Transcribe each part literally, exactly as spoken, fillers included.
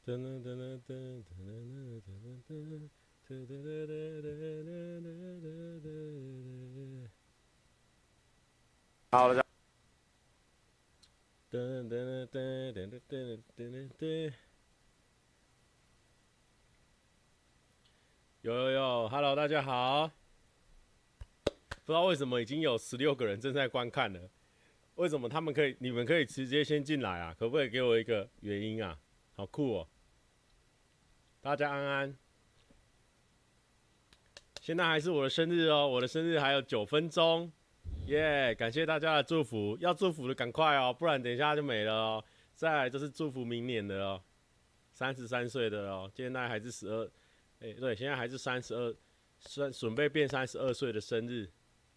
好了，有有有 ，Hello， 大家好。不知道为什么已经有十六个人正在观看了，为什么他们可以，你们可以直接先进来啊？可不可以给我一个原因啊？好酷哦！大家安安。现在还是我的生日哦，我的生日还有九分钟，耶、yeah ！感谢大家的祝福，要祝福的赶快哦，不然等一下就没了哦。再来就是祝福明年的哦，三十三岁的哦，现在还是十二，哎，对，现在还是三十二，准准备变三十二岁的生日。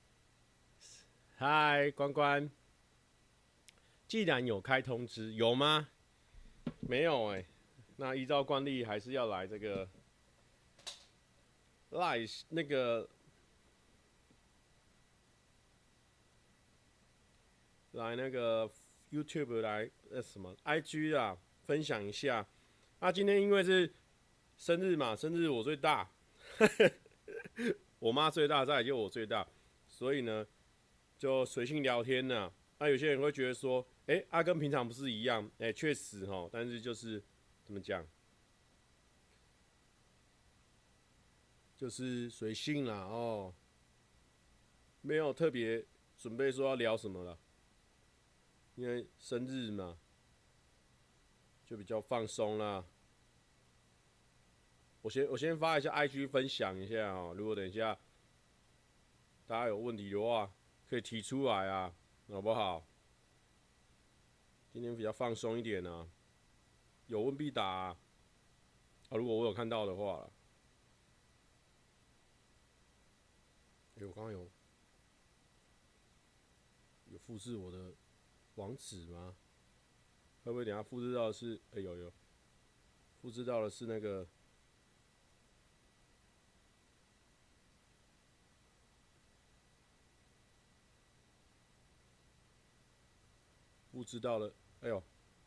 嗨，关关，既然有开通知，有吗？没有哎、欸，那依照惯例还是要来这个。来那个来那个 YouTube 来呃什么 I G 啊，分享一下。啊，今天因为是生日嘛，生日我最大，我妈最大，再来就我最大，所以呢就随性聊天呢、啊。那、啊、有些人会觉得说，哎、欸，啊跟平常不是一样？哎、欸，确实哈，但是就是怎么讲？就是随性啦哦，没有特别准备说要聊什么了，因为生日嘛，就比较放松啦。我先我先发一下 I G 分享一下哦，如果等一下大家有问题的话，可以提出来啊，好不好？今天比较放松一点啊，有问必答啊。啊如果我有看到的话啦，哎、欸，我刚刚有有复制我的网址吗？会不会等一下复制到的是？哎、欸，有有，复制到的是那个。不知道了，哎呦，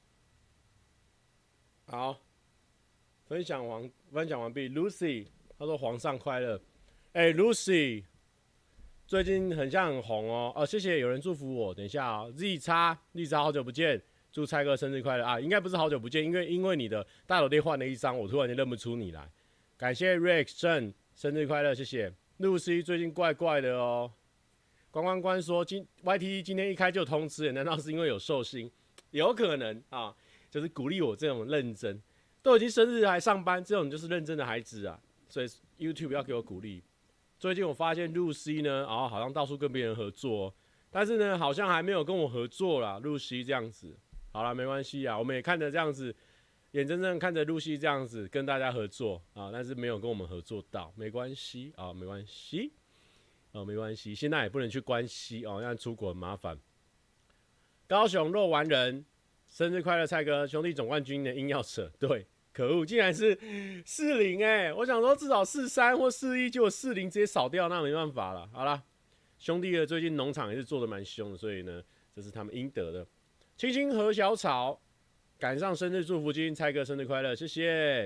好，分享完分享完毕。Lucy， 他说皇上快乐。哎、欸、，Lucy， 最近很像很红哦。哦，谢谢有人祝福我。等一下啊、哦、，Z 叉 Z 叉好久不见，祝蔡哥生日快乐啊！应该不是好久不见，因为因为你的大头贴换了一张，我突然间认不出你来。感谢 Rex 郑生日快乐，谢谢。Lucy 最近怪怪的哦。关关关说今 Y T 今天一开就通知了，难道是因为有寿星？有可能啊，就是鼓励我这种认真，都已经生日还上班，这种就是认真的孩子啊。所以 YouTube 要给我鼓励。最近我发现露西呢，哦，好像到处跟别人合作、哦，但是呢，好像还没有跟我合作啦。露西这样子，好啦，没关系啊，我们也看着这样子，眼睁睁看着露西这样子跟大家合作啊，但是没有跟我们合作到，没关系啊，没关系。哦，没关系，现在也不能去关西哦，那出国很麻烦。高雄肉丸人，生日快乐，蔡哥！兄弟总冠军的硬要扯，对，可恶，竟然是四零哎！我想说至少四三或四一，结果四零直接扫掉，那没办法了。好啦，兄弟的最近农场也是做的蛮凶的，所以呢，这是他们应得的。青青和小草赶上生日祝福金，蔡哥生日快乐，谢谢。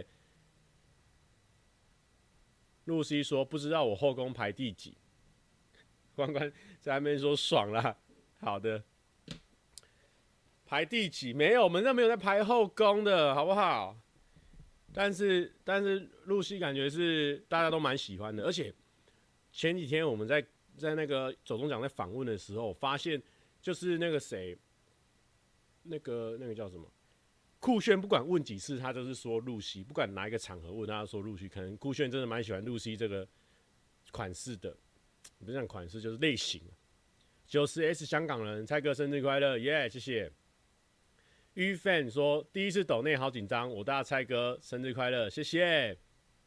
露西说不知道我后宫排第几。关关在那边说爽啦，好的，排第几？没有，我们那没有在排后宫的，好不好？但是但是露西感觉是大家都蛮喜欢的，而且前几天我们在在那个走中奖在访问的时候，发现就是那个谁，那个那个叫什么酷炫，不管问几次，他都是说露西，不管哪一个场合问他说露西，可能酷炫真的蛮喜欢露西这个款式的。不是讲款式，就是类型。九十 S 香港人，蔡哥生日快乐，耶、yeah ！谢谢。U fan 说第一次抖内好紧张，我大蔡哥生日快乐，谢谢。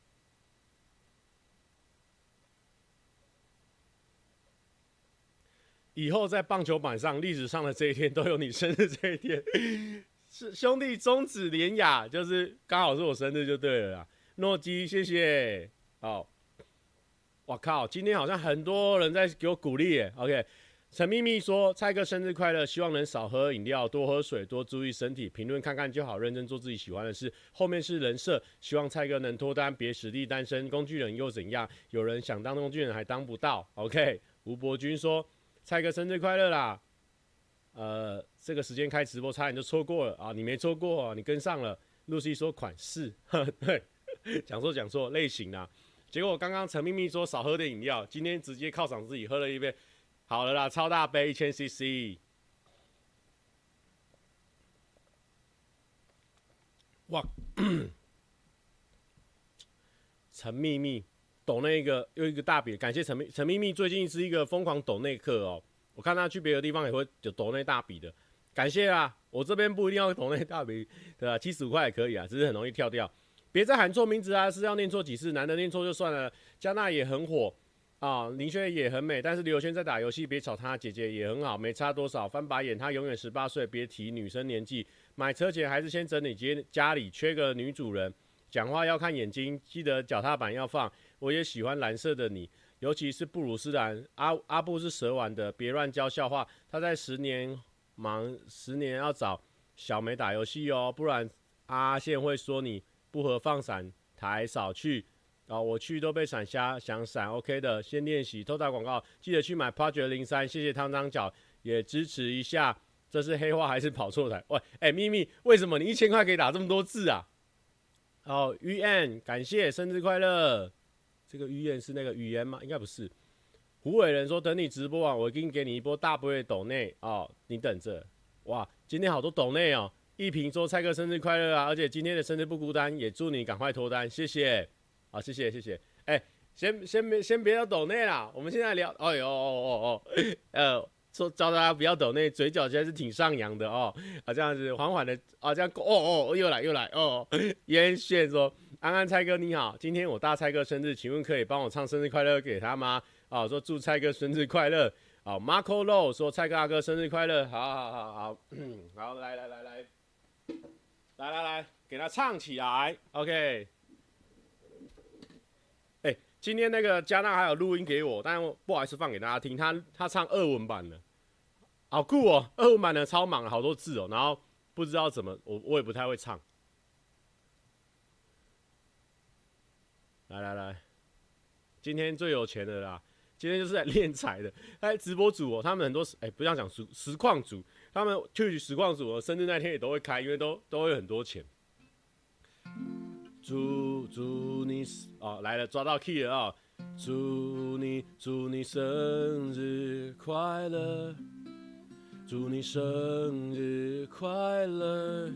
以后在棒球板上历史上的这一天都有你生日这一天，是兄弟中指连雅，就是刚好是我生日就对了啦。诺基，谢谢。好。我靠，今天好像很多人在给我鼓励耶。OK， 陈秘密说：“蔡哥生日快乐，希望能少喝饮料，多喝水，多注意身体。评论看看就好，认真做自己喜欢的事。后面是人设，希望蔡哥能脱单，别实力单身。工具人又怎样？有人想当工具人还当不到。OK。”吴伯君说：“蔡哥生日快乐啦！呃，这个时间开直播差点就错过了啊，你没错过、啊，你跟上了。”露西说：“款式，对，讲错讲错，类型啊。结果刚刚陈秘密说少喝点饮料，今天直接犒赏自己喝了一杯。”好了啦，超大杯一千 C C。哇，陈秘密抖那个又一个大笔，感谢陈秘陈秘密最近是一个疯狂抖内客哦。我看他去别的地方也会有抖内大笔的，感谢啊。我这边不一定要抖内大笔，对吧、啊？七十五块也可以啊，只是很容易跳掉。别再喊错名字啊，是要念错几次，男的念错就算了。加纳也很火。啊，林轩也很美，但是刘轩在打游戏，别吵他。姐姐也很好，没差多少。翻白眼，她永远十八岁，别提女生年纪。买车前还是先整理家里，缺个女主人。讲话要看眼睛，记得脚踏板要放。我也喜欢蓝色的你，尤其是布鲁斯蓝。阿阿布是蛇丸的，别乱教笑话。他在十年忙，十年要找小梅打游戏哦，不然阿宪会说你不合放闪台少去。哦，我去都被闪瞎，想闪 OK 的，先练习。偷打广告，记得去买 Project 零三，谢谢汤汤脚，也支持一下。这是黑话还是跑错台？喂，哎、欸，秘密，为什么你一千块可以打这么多字啊？哦 ，U N， 感谢，生日快乐。这个 U N 是那个语言吗？应该不是。胡伟人说，等你直播完，我一定给你一波大波的抖内哦，你等着。哇，今天好多抖内哦。一平说，蔡哥生日快乐啊，而且今天的生日不孤单，也祝你赶快脱单，谢谢。好，谢谢谢谢。哎、欸，先先别先别要抖内啦，我们现在聊。哎呦哦哦哦，呃，说教大家不要抖内，嘴角现在是挺上扬的哦。啊，这样子缓缓的啊，这样哦哦又来又来哦。严炫说：“安安蔡哥你好，今天我大蔡哥生日，请问可以帮我唱生日快乐给他吗？”啊，说祝蔡哥生日快乐。好 ，Marco Low 说蔡哥阿哥生日快乐。好好好好，好来来来来来来来，给他唱起来。OK。今天那个加纳还有录音给我，但不好意思放给大家听。他他唱俄文版的，好酷哦！俄文版的超忙，好多字哦。然后不知道怎么，我我也不太会唱。来来来，今天最有钱的啦，今天就是来练财的。哎，直播主哦，他们很多哎，不要讲实实况主，他们去实况主哦，生日那天也都会开，因为都都会有很多钱。祝祝你哦来了，抓到 key 了啊、哦！祝你祝你生日快乐，祝你生日快乐，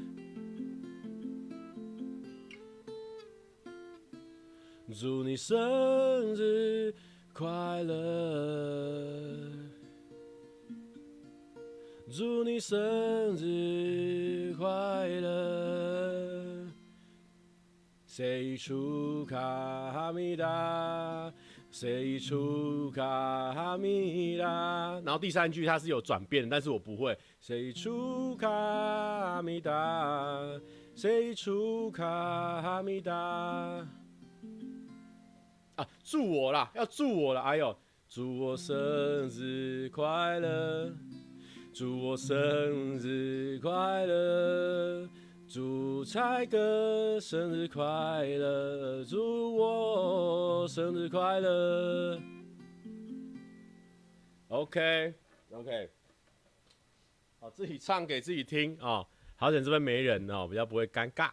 祝你生日快乐，祝你生日快乐。谁出卡米达，谁出卡米达。然后第三句它是有转变的，但是我不会。谁出卡米达，谁出卡米达。啊，祝我啦，要祝我了，哎呦，祝我生日快乐，祝我生日快乐。祝蔡哥生日快乐，祝我生日快乐。OK OK， 好，自己唱给自己听啊、哦，好险这边没人哦，比较不会尴尬。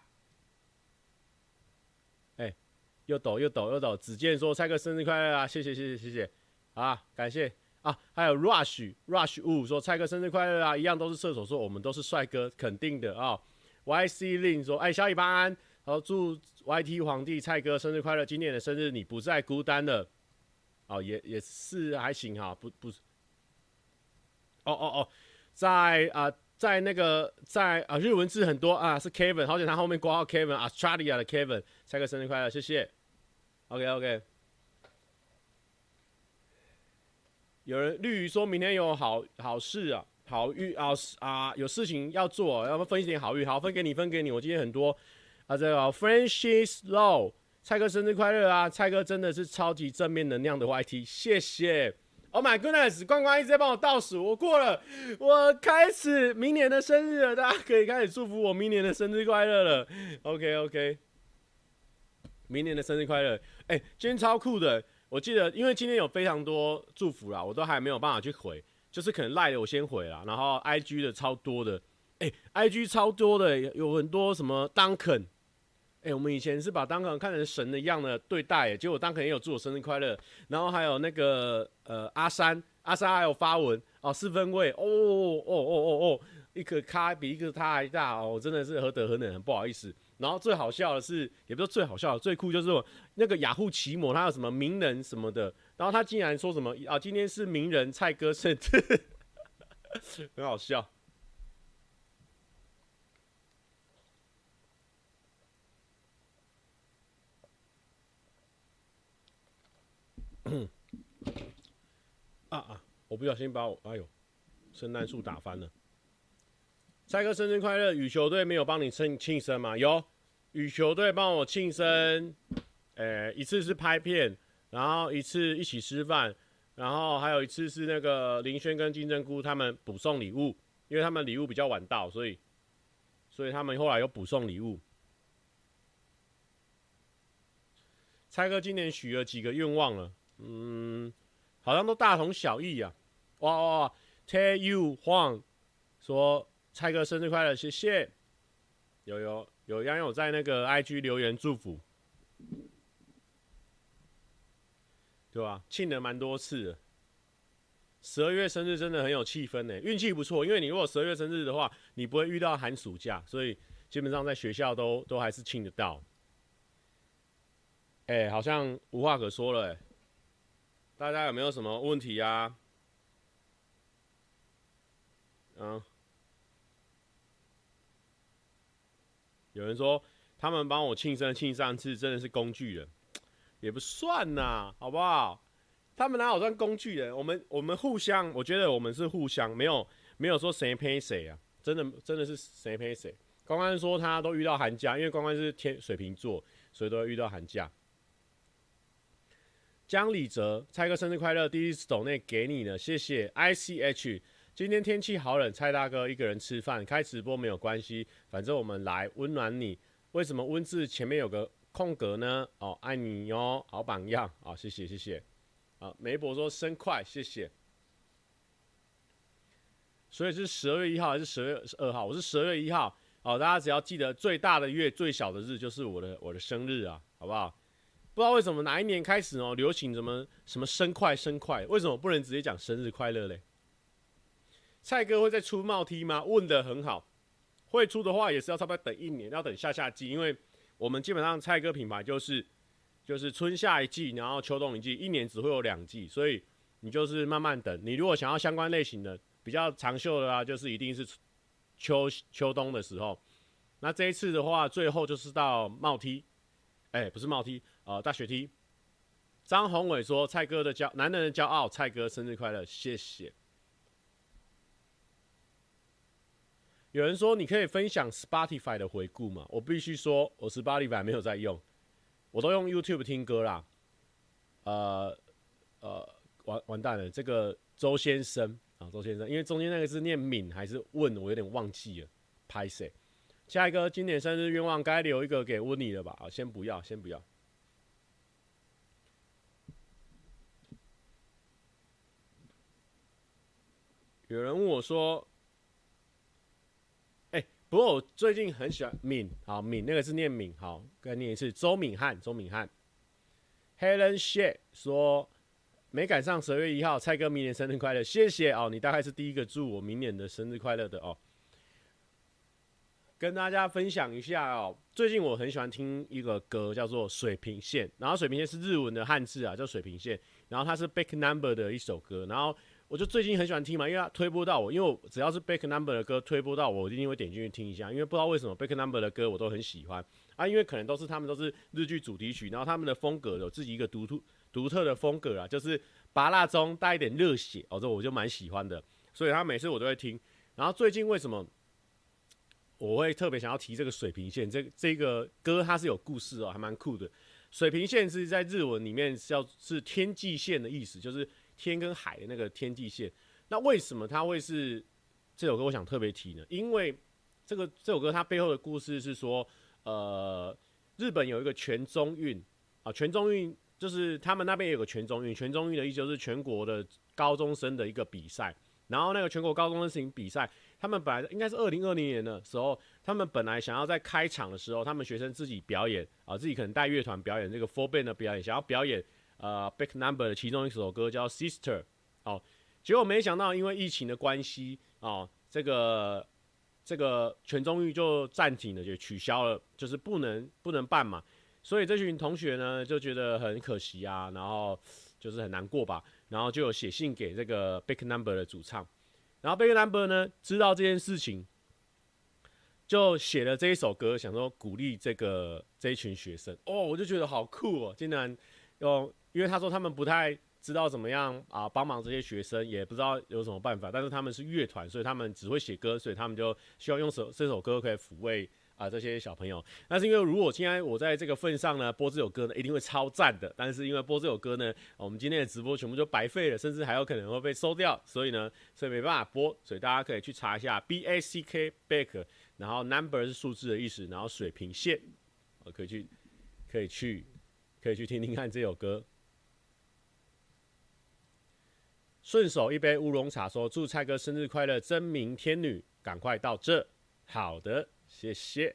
哎、欸，又抖又抖又抖，子健说蔡哥生日快乐啊，谢谢谢谢谢谢，啊，感谢啊，还有 Rush Rush 五说蔡哥生日快乐啊，一样都是射手说我们都是帅哥，肯定的啊。哦Y C Lin 说：“哎，小尾巴安，然后祝 Y T 皇帝蔡哥生日快乐！今年的生日你不再孤单了。哦，也也是还行哈，不不。哦哦哦，在啊、呃，在那个在啊、呃、日文字很多啊，是 Kevin， 好险他后面挂号 Kevin，Australia 的 Kevin， 蔡哥生日快乐，谢谢。OK OK。有人绿鱼说明天有好好事啊。”好运啊啊！有事情要做，要不分一点好运？好，分给你，分给你。我今天很多啊，这个 Francis Low， 蔡哥生日快乐啊！蔡哥真的是超级正面能量的 Y T， 谢谢 Oh my goodness！ 关关一直在帮我倒数，我过了，我开始明年的生日了，大家可以开始祝福我明年的生日快乐了。OK OK， 明年的生日快乐！哎、欸，今天超酷的，我记得因为今天有非常多祝福啦，我都还没有办法去回，就是可能赖的我先回啦，然后 I G 的超多的，哎、欸、，I G 超多的，有很多什么 Duncan。哎、欸，我们以前是把当肯看成神的一样的对待，结果当肯也有祝我生日快乐，然后还有那个呃阿山，阿山还有发文哦，四分位，哦哦哦哦哦哦，一个咖比一个他还大哦，真的是何德何能，很不好意思。然后最好笑的是，也不是最好笑的，最酷就是我那个雅虎奇摩，他有什么名人什么的，然后他竟然说什么啊，今天是名人蔡哥生日，很好笑。啊啊！我不小心把我哎呦，圣诞树打翻了。蔡哥生日快乐！羽球队没有帮你庆庆生吗？有，羽球队帮我庆生。诶，一次是拍片，然后一次一起吃饭，然后还有一次是那个林轩跟金针菇他们补送礼物，因为他们礼物比较晚到，所以所以他们后来有补送礼物。蔡哥今年许了几个愿望了？嗯。好像都大同小异啊！哇哇哇 ！Tell you 黄说蔡哥生日快乐，谢谢。有有有，杨友在那个 I G 留言祝福，对吧？庆了蛮多次的。十二月生日真的很有气氛呢，运气不错。因为你如果十二月生日的话，你不会遇到寒暑假，所以基本上在学校都都还是庆得到。哎、欸，好像无话可说了哎、欸。大家有没有什么问题啊？嗯，有人说他们帮我庆生庆上次真的是工具人，也不算呐，好不好？他们哪有算工具人？我们我们互相，我觉得我们是互相，没有没有说谁陪谁啊，真的真的是谁陪谁。关关说他都遇到寒假，因为关关是天水瓶座，所以都会遇到寒假。江礼哲，蔡哥生日快乐！第一次抖内给你了，谢谢。I C H， 今天天气好冷，蔡大哥一个人吃饭，开直播没有关系，反正我们来温暖你。为什么温字前面有个空格呢？哦，爱你哟，好榜样啊、哦！谢谢谢谢。啊，梅博说生快，谢谢。所以是十二月一号还是十二月二号？我是十二月一号。哦，大家只要记得最大的月、最小的日就是我的我的生日啊，好不好？不知道为什么哪一年开始哦，流行什么什么生快生快，为什么不能直接讲生日快乐嘞？蔡哥会再出帽 T 吗？问得很好，会出的话也是要差不多等一年，要等下下季，因为我们基本上蔡哥品牌就是就是春夏一季，然后秋冬一季，一年只会有两季，所以你就是慢慢等。你如果想要相关类型的比较长袖的啊，就是一定是秋秋冬的时候。那这一次的话，最后就是到帽 T， 哎、欸，不是帽 T。呃，大学 T， 张宏伟说：“蔡哥的骄，男人的骄傲，蔡哥生日快乐，谢谢。”有人说：“你可以分享 Spotify 的回顾吗？”我必须说，我 Spotify 没有在用，我都用 YouTube 听歌啦。呃呃，完完蛋了，这个周先生啊，周先生，因为中间那个是念敏还是问，我有点忘记了，拍谁？下一个，今年生日愿望该留一个给温妮了吧？啊，先不要，先不要。有人问我说：“哎、欸，不过我最近很喜欢敏，好敏那个是念敏，好，再念一次，周敏汉，周敏汉。Helen Shea 说没赶上十二月一号，蔡哥明年生日快乐，谢谢哦，你大概是第一个祝我明年的生日快乐的哦。跟大家分享一下哦，最近我很喜欢听一个歌叫做《水平线》，然后水平线是日文的汉字啊，叫水平线，然后它是 Back Number 的一首歌，然后。我就最近很喜欢听嘛，因为它推播到我，因为我只要是 Back Number 的歌推播到我，我一定会点进去听一下。因为不知道为什么 Back Number 的歌我都很喜欢啊，因为可能都是他们都是日剧主题曲，然后他们的风格有自己一个独特独特的风格啊，就是拔辣中带一点热血哦，这我就蛮喜欢的，所以他每次我都会听。然后最近为什么我会特别想要提这个水平线？这这个歌它是有故事哦，还蛮酷的。水平线是在日文里面叫是天际线的意思，就是。 天跟海的那个天际线。那为什么它会是这首歌？我想特别提呢，因为这个这首歌它背后的故事是说，呃，日本有一个全中运啊，全中运就是他们那边有个全中运，全中运的意思就是全国的高中生的一个比赛。然后那个全国高中生比赛，他们本来应该是二零二零年的时候，他们本来想要在开场的时候，他们学生自己表演啊，自己可能带乐团表演这个 four band 的表演，想要表演呃 Back Number 的其中一首歌叫 Sister 哦，结果没想到因为疫情的关系哦，这个这个全中运就暂停了，就取消了，就是不能不能办嘛，所以这群同学呢就觉得很可惜啊，然后就是很难过吧。然后就有写信给这个 Back Number 的主唱，然后 Back Number 呢知道这件事情，就写了这一首歌，想说鼓励这个这一群学生。哦，我就觉得好酷哦，竟然用，因为他说他们不太知道怎么样啊帮忙这些学生，也不知道有什么办法，但是他们是乐团，所以他们只会写歌，所以他们就希望用首这首歌可以抚慰啊，这些小朋友。但是因为如果现在我在这个份上呢播这首歌呢，一定会超赞的。但是因为播这首歌呢，我们今天的直播全部就白费了，甚至还有可能会被收掉，所以呢，所以没办法播。所以大家可以去查一下 B A C K Back， 然后 Number 是数字的意思，然后水平线，可以去可以去可以去听听看这首歌。顺手一杯乌龙茶说祝蔡哥生日快乐，真命天女赶快到这。好的。谢谢。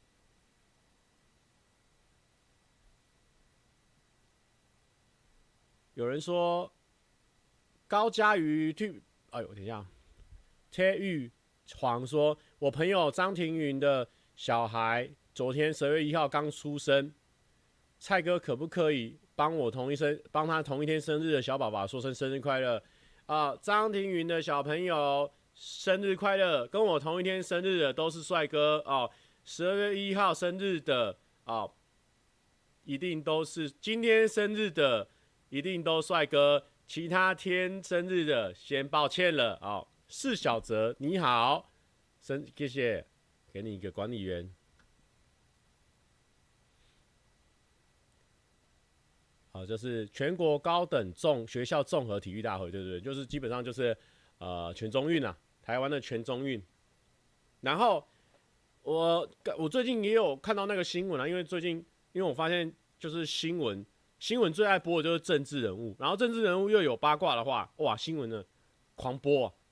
有人说高嘉瑜退，哎呦，等一下，贴玉黄说，我朋友张庭云的小孩昨天十月一号刚出生，蔡哥可不可以帮我同一生帮他同一天生日的小宝宝说声生日快乐啊？张庭云的小朋友。生日快乐！跟我同一天生日的都是帅哥哦。十二月一号生日的哦，一定都是今天生日的，一定都帅哥。其他天生日的，先抱歉了哦。是小泽，你好，生谢谢，给你一个管理员。好，就是全国高等综学校综合体育大会，对不对？就是基本上就是呃全中运啊。台湾的全中运，然后我我最近也有看到那个新闻啊，因为最近因为我发现就是新闻新闻最爱播的就是政治人物，然后政治人物又有八卦的话，哇，新闻呢狂播啊，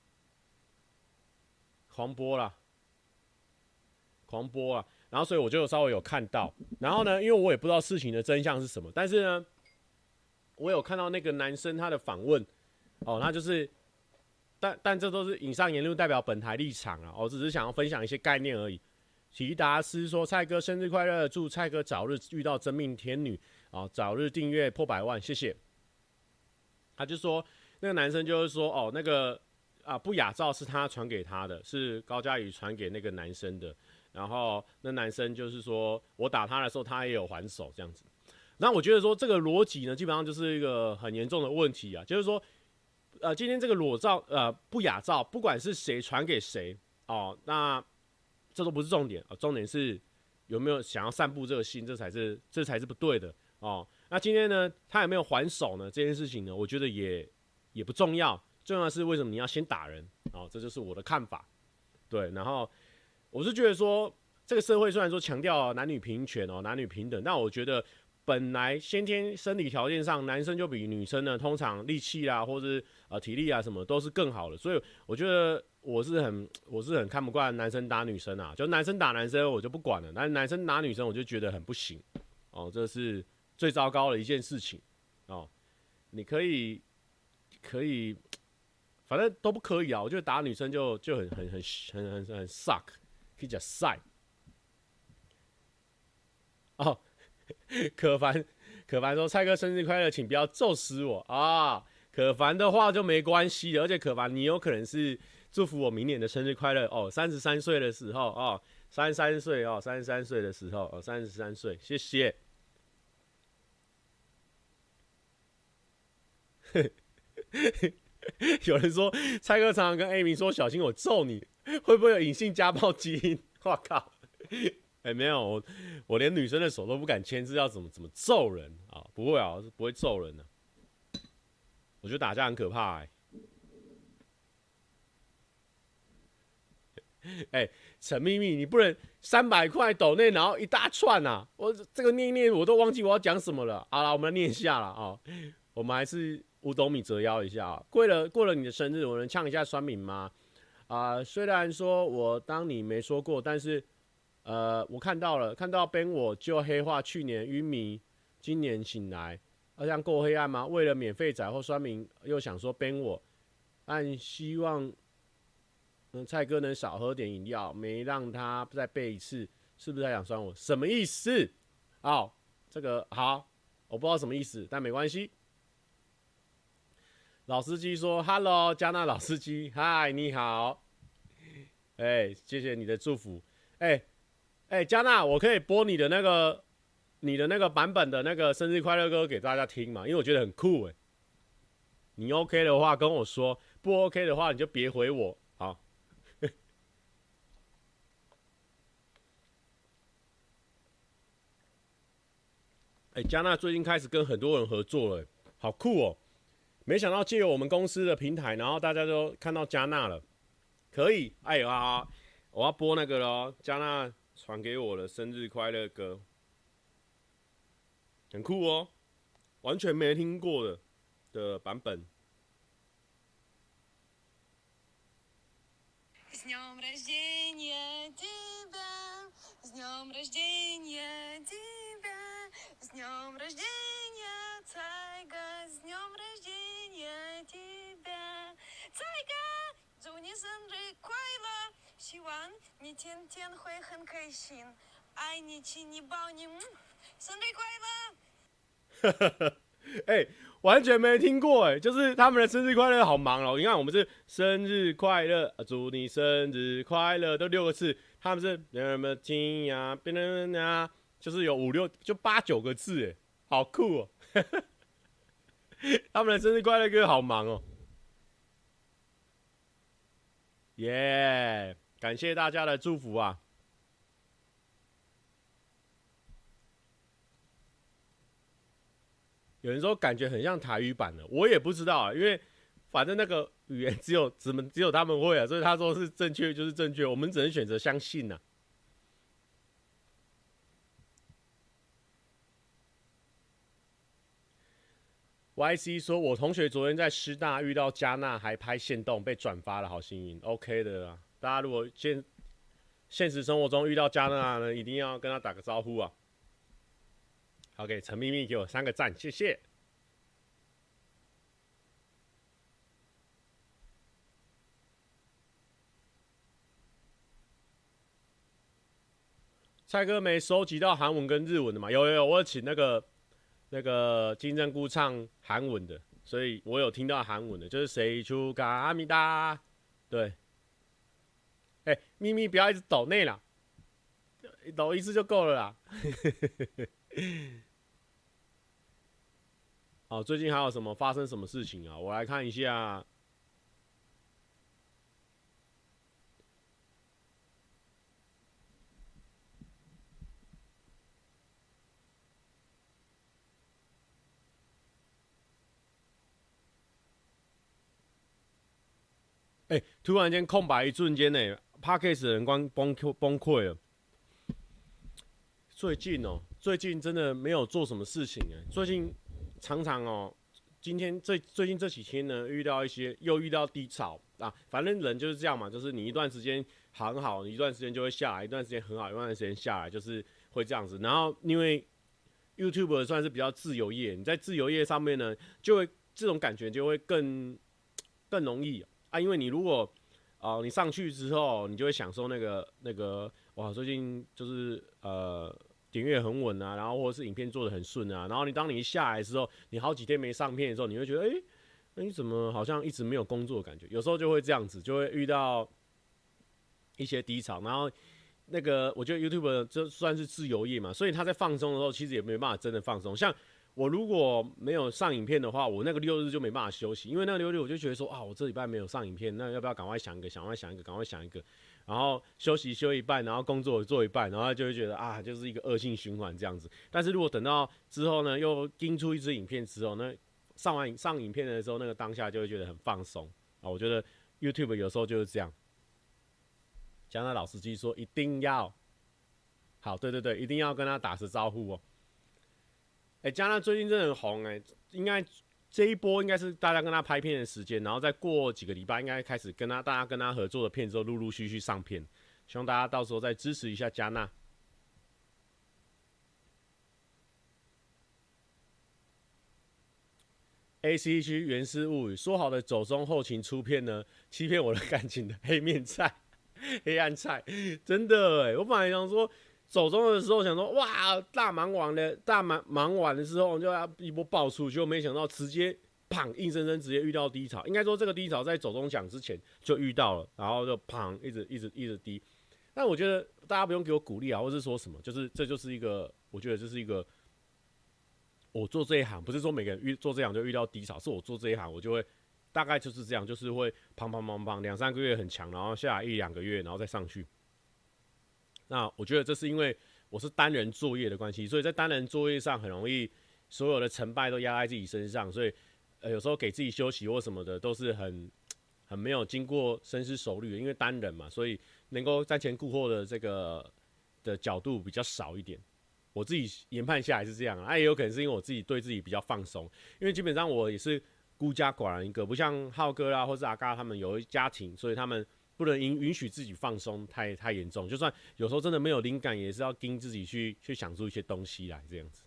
狂播啦，狂播啊，然后所以我就稍微有看到，然后呢，因为我也不知道事情的真相是什么，但是呢，我有看到那个男生他的访问，哦，他就是。但但这都是以上言论代表本台立场啊，我只是想要分享一些概念而已。提达斯说：“蔡哥生日快乐，祝蔡哥早日遇到真命天女啊，早日订阅破百万，谢谢。”他就说那个男生就是说哦，那个啊不雅照是他传给他的，是高嘉瑜传给那个男生的。然后那男生就是说我打他的时候，他也有还手这样子。那我觉得说这个逻辑呢，基本上就是一个很严重的问题啊，就是说。呃，今天这个裸照，呃，不雅照，不管是谁传给谁，哦，那这都不是重点，哦，重点是有没有想要散布这个信，这才是这才是不对的哦。那今天呢，他有没有还手呢？这件事情呢，我觉得也也不重要，重要的是为什么你要先打人？哦，这就是我的看法。对，然后我是觉得说，这个社会虽然说强调男女平权哦，男女平等，但我觉得。本来先天生理条件上，男生就比女生呢，通常力气啊，或是呃体力啊什么都是更好的，所以我觉得我是很我是很看不惯男生打女生啊，就男生打男生我就不管了，但男生打女生我就觉得很不行哦，这是最糟糕的一件事情哦。你可以可以，反正都不可以啊，我觉得打女生就就很很很很很很 suck， 可以讲 suck 哦。可凡，可凡说：“蔡哥生日快乐，请不要揍死我啊！”可凡的话就没关系，而且可凡你有可能是祝福我明年的生日快乐哦，三十三岁的时候哦，三十三岁哦，三十三岁的时候哦，三十三岁，谢谢。有人说蔡哥常常跟 A 明说：“小心我揍你，会不会有隐性家暴基因？”我靠！哎、欸，没有，我我连女生的手都不敢牵，是要怎么怎么揍人啊？不会啊，是不会揍人的、啊。 我觉得打架很可怕哎、欸。哎、欸，陈秘密，你不能三百块抖内，然后一大串啊！我这个念一念，我都忘记我要讲什么了。好了，我们来念一下了啊、哦。我们还是五斗米折腰一下啊。过了过了你的生日，我能呛一下酸民吗？啊、呃，虽然说我当你没说过，但是呃，我看到了，看到 Ben 我就黑化，去年晕迷，今年醒来，这样够黑暗吗？为了免费仔或酸民，又想说 Ben 我，但希望。嗯，蔡哥能少喝点饮料，没让他再背一次，是不是还想酸我？什么意思？哦，这个好，我不知道什么意思，但没关系。老司机说 ：“Hello， 加纳老司机，嗨，你好。”哎，谢谢你的祝福。哎哎，加纳，我可以播你的那个你的那个版本的那个生日快乐歌给大家听嘛？因为我觉得很酷哎。你 OK 的话跟我说，不 OK 的话你就别回我。好。哎、欸，加纳最近开始跟很多人合作了，好酷哦！没想到借由我们公司的平台，然后大家都看到加纳了，可以，哎呀，我要播那个咯，加纳传给我的生日快乐歌，很酷哦，完全没听过的的版本。С днем рождения тебя, с днем рождения тебя, с днем рождения, Цайга, с днем рождения тебя, Цайга, 祝你生日快乐，希望你天天会很开心，爱你亲你抱你，生日快乐。哎、欸，完全没听过哎，就是他们的生日快乐好忙哦。你看我们是生日快乐，祝你生日快乐，都六个字，他们是什么听呀，别人呀，就是有五六就八九个字哎，好酷哦。他们的生日快乐歌好忙哦。耶、yeah ，感谢大家的祝福啊。有人说感觉很像台语版的，我也不知道啊，因为反正那个语言只有只只有他们会啊，所以他说是正确就是正确，我们只能选择相信呐、啊。Y C 说，我同学昨天在师大遇到加纳，还拍限动被转发了，好幸运。OK 的啦，大家如果现现实生活中遇到加纳呢，一定要跟他打个招呼啊。OK， 陈秘密给我三个赞，谢谢。蔡哥没收集到韩文跟日文的嘛？有有有，我有请那个那个金针菇唱韩文的，所以我有听到韩文的，就是谁出嘎阿米达，对。哎、欸，秘密不要一直抖内啦，抖一次就够了啦。哦，最近还有什么发生什么事情啊？我来看一下。哎、欸，突然间空白一瞬间呢 ，Podcast 的人光崩崩溃了。最近哦，最近真的没有做什么事情哎，最近常常哦，今天最最近这几天呢，遇到一些又遇到低潮啊，反正人就是这样嘛，就是你一段时间很好，一段时间就会下来，一段时间很好，一段时间下来，就是会这样子。然后因为 YouTube 算是比较自由业，你在自由业上面呢，就会这种感觉就会更更容易啊，因为你如果啊、呃、你上去之后，你就会享受那个那个哇，最近就是呃。点阅很稳啊，然后或者是影片做得很顺啊，然后你当你一下来的时候，你好几天没上片的时候，你会觉得，哎、欸，那你怎么好像一直没有工作的感觉？有时候就会这样子，就会遇到一些低潮。然后那个，我觉得 YouTube 就算是自由业嘛，所以他在放松的时候，其实也没办法真的放松。像我如果没有上影片的话，我那个六日就没办法休息，因为那个六日我就觉得说，啊，我这礼拜没有上影片，那要不要赶快想一个，赶快想一个，赶快想一个。然后休息休一半，然后工作做一半，然后就会觉得啊，就是一个恶性循环这样子。但是如果等到之后呢，又盯出一支影片之后呢， 上完上影片的时候，那个当下就会觉得很放松啊。我觉得 YouTube 有时候就是这样。加拿大老司机说一定要好，对对对，一定要跟他打声招呼哦。哎、欸，加拿大最近真的很红哎、欸，应该这一波应该是大家跟他拍片的时间，然后再过几个礼拜，应该开始跟他大家跟他合作的片之后，陆陆续续上片，希望大家到时候再支持一下加纳。A C 区原始物语说好的走中后勤出片呢，欺骗我的感情的黑面菜、黑暗菜，真的哎！我本来想说走中的时候想说哇大忙完了，大忙忙完的时候就要一波爆出，结果没想到直接砰硬生生直接遇到低潮。应该说这个低潮在走中奖之前就遇到了，然后就砰一直一直一直低。但我觉得大家不用给我鼓励啊，或是说什么，就是这就是一个，我觉得这是一个。我做这一行不是说每个人遇做这一行就遇到低潮，是我做这一行我就会大概就是这样，就是会砰砰砰砰两三个月很强，然后下来一两个月，然后再上去。那我觉得这是因为我是单人作业的关系，所以在单人作业上很容易所有的成败都压在自己身上，所以呃有时候给自己休息或什么的都是很很没有经过深思熟虑的，因为单人嘛，所以能够瞻前顾后的这个的角度比较少一点。我自己研判下来是这样啊，也有可能是因为我自己对自己比较放松，因为基本上我也是孤家寡人一个，不像浩哥啦或是阿嘎他们有家庭，所以他们不能允允许自己放松太太严重，就算有时候真的没有灵感，也是要盯自己去去想出一些东西来这样子。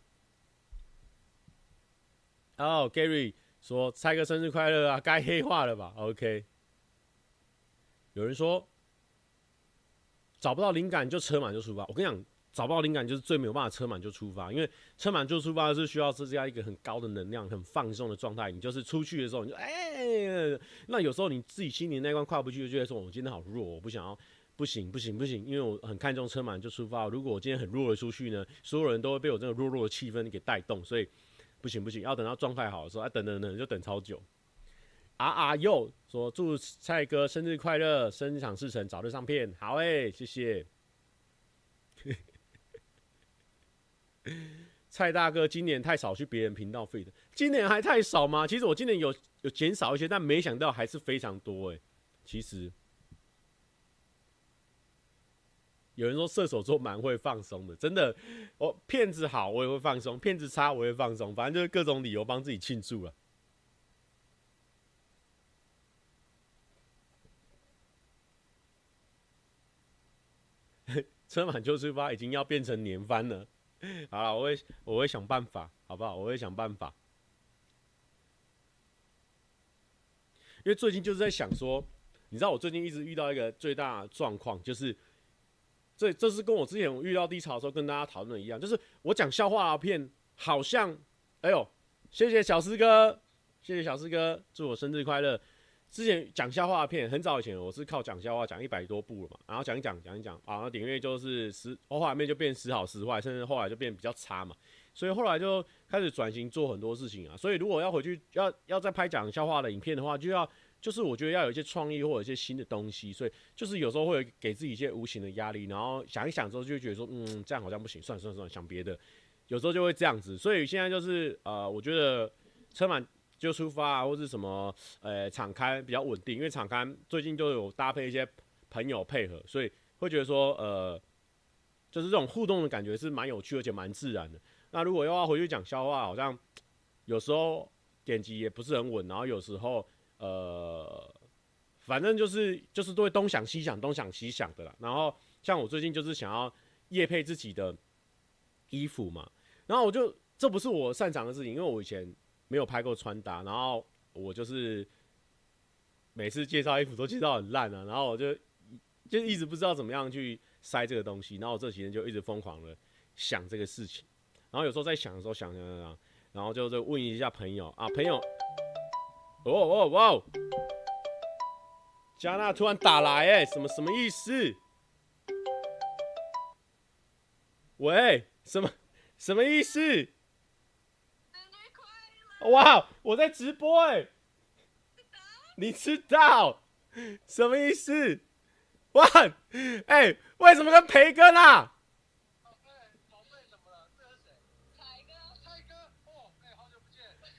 哦、oh, ，Gary 说蔡哥生日快乐啊，该黑化了吧 ？OK。有人说找不到灵感就车满就出发，我跟你讲。找不到灵感就是最没有办法车满就出发，因为车满就出发是需要这样一个很高的能量、很放松的状态。你就是出去的时候，你就哎、欸，那有时候你自己心里那关跨不去，就觉得说我今天好弱，我不想要，不行不行不行，因为我很看重车满就出发。如果我今天很弱的出去呢，所有人都会被我这个弱弱的气氛给带动，所以不行不行，要等到状态好的时候，啊、等等等就等超久。啊啊又说祝蔡哥生日快乐，生场事成，早日上片。好哎、欸，谢谢。蔡大哥今年太少去别人频道费的，今年还太少吗？其实我今年有有减少一些，但没想到还是非常多哎。其实有人说射手座蛮会放松的，真的，我骗子好我也会放松，骗子差我也会放松，反正就是各种理由帮自己庆祝了。车满就出发已经要变成年番了。好了，我会我会想办法，好不好？我会想办法。因为最近就是在想说，你知道我最近一直遇到一个最大的状况，就是这这是跟我之前遇到低潮的时候跟大家讨论的一样，就是我讲笑话的片好像，哎呦，谢谢小师哥，谢谢小师哥，祝我生日快乐。之前讲笑话的片，很早以前我是靠讲笑话讲一百多部了嘛，然后讲一讲讲一讲啊，那点阅就是十，后来面就变时好时坏，甚至后来就变比较差嘛，所以后来就开始转型做很多事情啊。所以如果要回去要要再拍讲笑话的影片的话，就要就是我觉得要有一些创意或者一些新的东西，所以就是有时候会给自己一些无形的压力，然后想一想之后就会觉得说，嗯，这样好像不行，算了算了算了，想别的，有时候就会这样子。所以现在就是呃，我觉得车满就出发啊，或是什么呃场刊比较稳定，因为场刊最近就有搭配一些朋友配合，所以会觉得说呃，就是这种互动的感觉是蛮有趣而且蛮自然的。那如果又要回去讲笑话，好像有时候点击也不是很稳，然后有时候呃，反正就是就是都会东想西想东想西想的啦。然后像我最近就是想要业配自己的衣服嘛，然后我就这不是我擅长的事情，因为我以前没有拍过穿搭，然后我就是每次介绍衣服都介绍很烂啊，然后我就就一直不知道怎么样去塞这个东西，然后我这几天就一直疯狂的想这个事情，然后有时候在想的时候想想想想，然后就就问一下朋友啊，朋友，哦哦哇，加纳突然打来哎、欸，什么什么意思？喂，什么什么意思？哇，我在直播哎、欸，你知道什么意思？哇，哎、欸，为什么跟培根啊？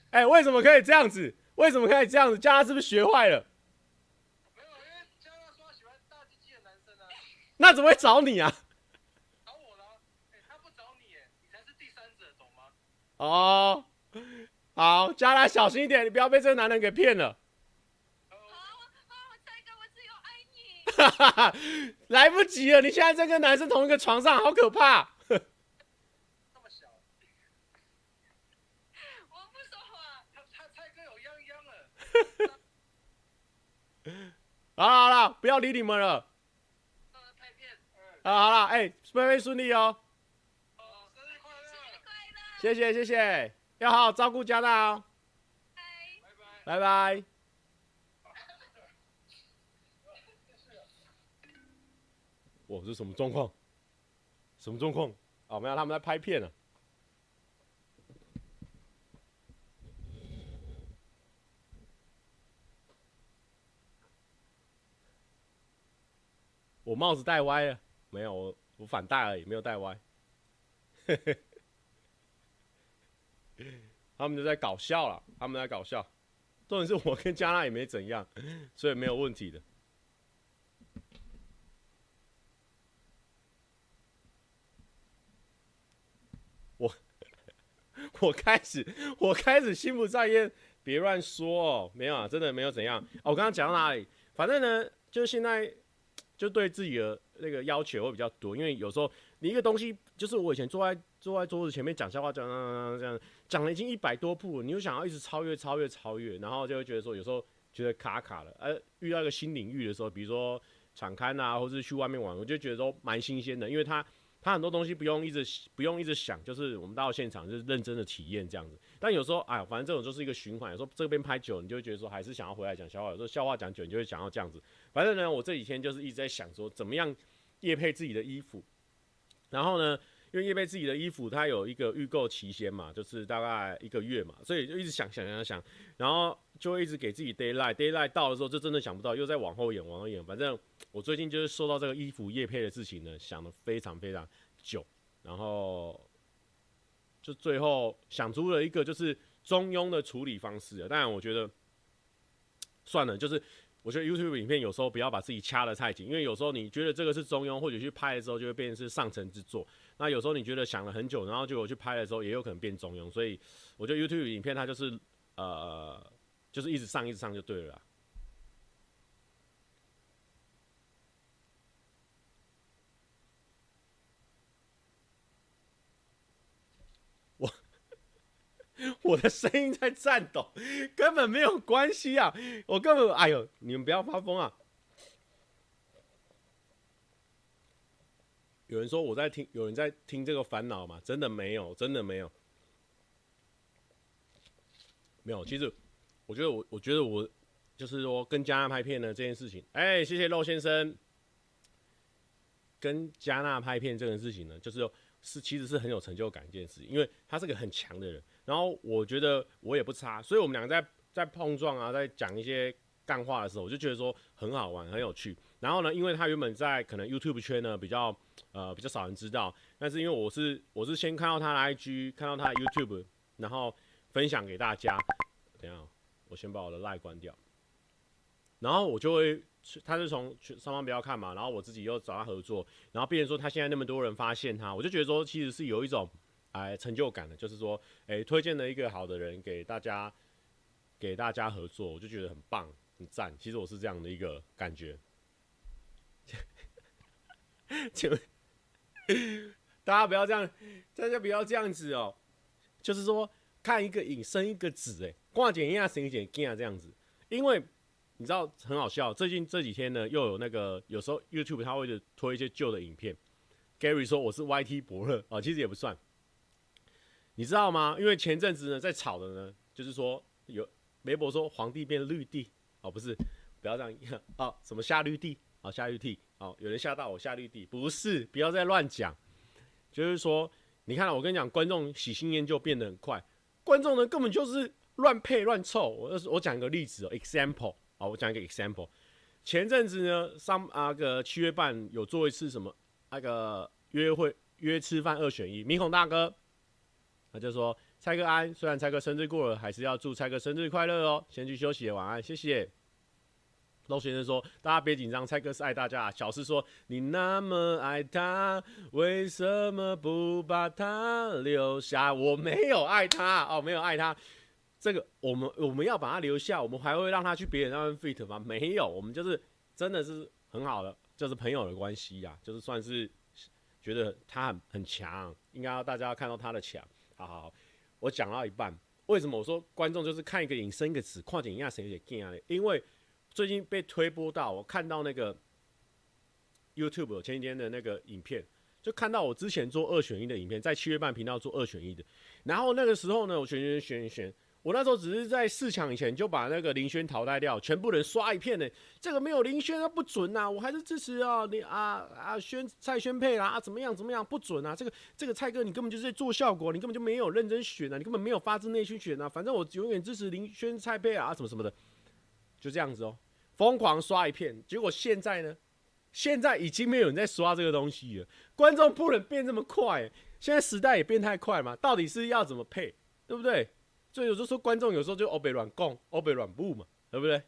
哎、欸，为什么可以这样子？为什么可以这样子？加拉是不是学坏了？ 没有，因为加拉说他喜欢大鸡鸡的男生啊。 那怎么会找你啊？ 找我了，哎、欸，他不找你，哎，你才是第三者，懂吗？ 哦，好，加拉小心一点，你不要被这个男人给骗了。 好， 好，蔡哥，我只有爱你。 哈哈哈，来不及了，你现在在跟男生同一个床上，好可怕。 那么小， 我不说话。 他他蔡哥有泱泱了。 好了好了，不要理你们了。 呃，拍片。 啊，好了，哎、欸，飞飞顺利哦。 哦，生日快乐！ 生日快乐！ 谢谢谢谢，要好好照顾加纳哦。 拜拜拜。 拜拜。哇，这什么状况？什么状况？哦，没有，他们在拍片呢、啊。我帽子戴歪了，没有，我我反戴而已，没有戴歪。他们就在搞笑了，他们在搞笑。重点是我跟加纳也没怎样，所以没有问题的。我我开始我开始心不在焉，别乱说哦，没有啊，真的没有怎样。哦，我刚刚讲到哪里？反正呢，就是现在就对自己的那个要求会比较多，因为有时候你一个东西，就是我以前坐在坐在桌子前面讲笑话，讲讲讲讲了已经一百多部了，你就想要一直超越超越超越，然后就会觉得说有时候觉得卡卡了，呃，遇到一个新领域的时候，比如说场刊啊，或是去外面玩，我就觉得都蛮新鲜的，因为它。他很多东西不用一直不用一直想，就是我们到现场就是认真的体验这样子。但有时候，哎，反正这种就是一个循环。有时候这边拍久，你就会觉得说还是想要回来讲笑话。有时候笑话讲久，你就会想要这样子。反正呢，我这几天就是一直在想说，怎么样业配自己的衣服。然后呢，因为业配自己的衣服，它有一个预购期限嘛，就是大概一个月嘛，所以就一直想想想想，然后就会一直给自己 deadline，deadline 到的时候就真的想不到，又在往后延往后延。反正我最近就是受到这个衣服业配的事情呢，想得非常非常久，然后就最后想出了一个就是中庸的处理方式。当然，我觉得算了，就是我觉得 YouTube 影片有时候不要把自己掐得太紧，因为有时候你觉得这个是中庸，或者去拍的时候就会变成是上乘之作。那有时候你觉得想了很久，然后结果去拍的时候也有可能变中庸。所以我觉得 YouTube 影片它就是呃，就是一直上一直上就对了啦。我我的声音在颤抖，根本没有关系啊！我根本哎呦，你们不要发疯啊！有人说我在听，有人在听这个烦恼吗？真的没有，真的没有，没有。其实我觉得我，我觉得我就是说跟加纳拍片的这件事情，哎、欸，谢谢肉先生。跟加纳拍片这件事情呢，就是是其实是很有成就感一件事，因为他是个很强的人，然后我觉得我也不差，所以我们两个在在碰撞啊，在讲一些干话的时候，我就觉得说很好玩，很有趣。然后呢，因为他原本在可能 YouTube 圈呢比较呃比较少人知道，但是因为我是我是先看到他的 I G， 看到他的 YouTube， 然后分享给大家。等一下，我先把我的 Line 关掉，然后我就会。他是从上方不要看嘛，然后我自己又找他合作，然后变成说他现在那么多人发现他，我就觉得说其实是有一种哎成就感的，就是说哎推荐了一个好的人给大家给大家合作，我就觉得很棒很赞。其实我是这样的一个感觉。请问大家不要这样，大家不要这样子哦，就是说看一个影生一个子，哎，挂剪一下生一剪镜这样子，因为。你知道很好笑，最近这几天呢，又有那个有时候 YouTube 他会推一些旧的影片。Gary 说我是 Y T 伯乐啊，其实也不算。你知道吗？因为前阵子呢在吵的呢，就是说有梅伯说皇帝变绿地哦，不是，不要这样啊，什么下绿地啊，下绿地哦，有人吓到我下绿地，不是，不要再乱讲。就是说，你看，我跟你讲，观众喜新厌旧变得很快，观众呢根本就是乱配乱凑。我我讲一个例子哦 ，example。好，我讲一个 example。前阵子呢，上那个七月半有做一次什么那个约会约吃饭二选一，明孔大哥他就说蔡哥安，虽然蔡哥生日过了，还是要祝蔡哥生日快乐哦。先去休息，晚安，谢谢。陆先生说：“大家别紧张，蔡哥是爱大家。”小诗说：“你那么爱他，为什么不把他留下？”我没有爱他哦，没有爱他。这个我们我们要把他留下，我们还会让他去别人那边 fit 吗？没有，我们就是真的是很好的，就是朋友的关系呀、啊，就是算是觉得他很很强，应该要大家要看到他的强。好好好，我讲到一半，为什么我说观众就是看一个影生一个词，看见影谁也惊嘞？因为最近被推播到，我看到那个 YouTube 前几天的那个影片，就看到我之前做二选一的影片，在七月半频道做二选一的，然后那个时候呢，我选选选选。我那时候只是在四强以前就把那个林轩淘汰掉，全部人刷一片呢。这个没有林轩啊，不准啊！我还是支持啊，你啊啊轩蔡轩配啦啊，怎么样怎么样不准啊！这个这个蔡哥你根本就是在做效果，你根本就没有认真选啊，你根本没有发自内心选啊。反正我永远支持林轩蔡配啊，什么什么的，就这样子哦，疯狂刷一片。结果现在呢，现在已经没有人在刷这个东西了，观众不能变这么快，现在时代也变太快嘛，到底是要怎么配，对不对？所以有时候说观众有时候就欧北软供，欧北软布嘛，对不对？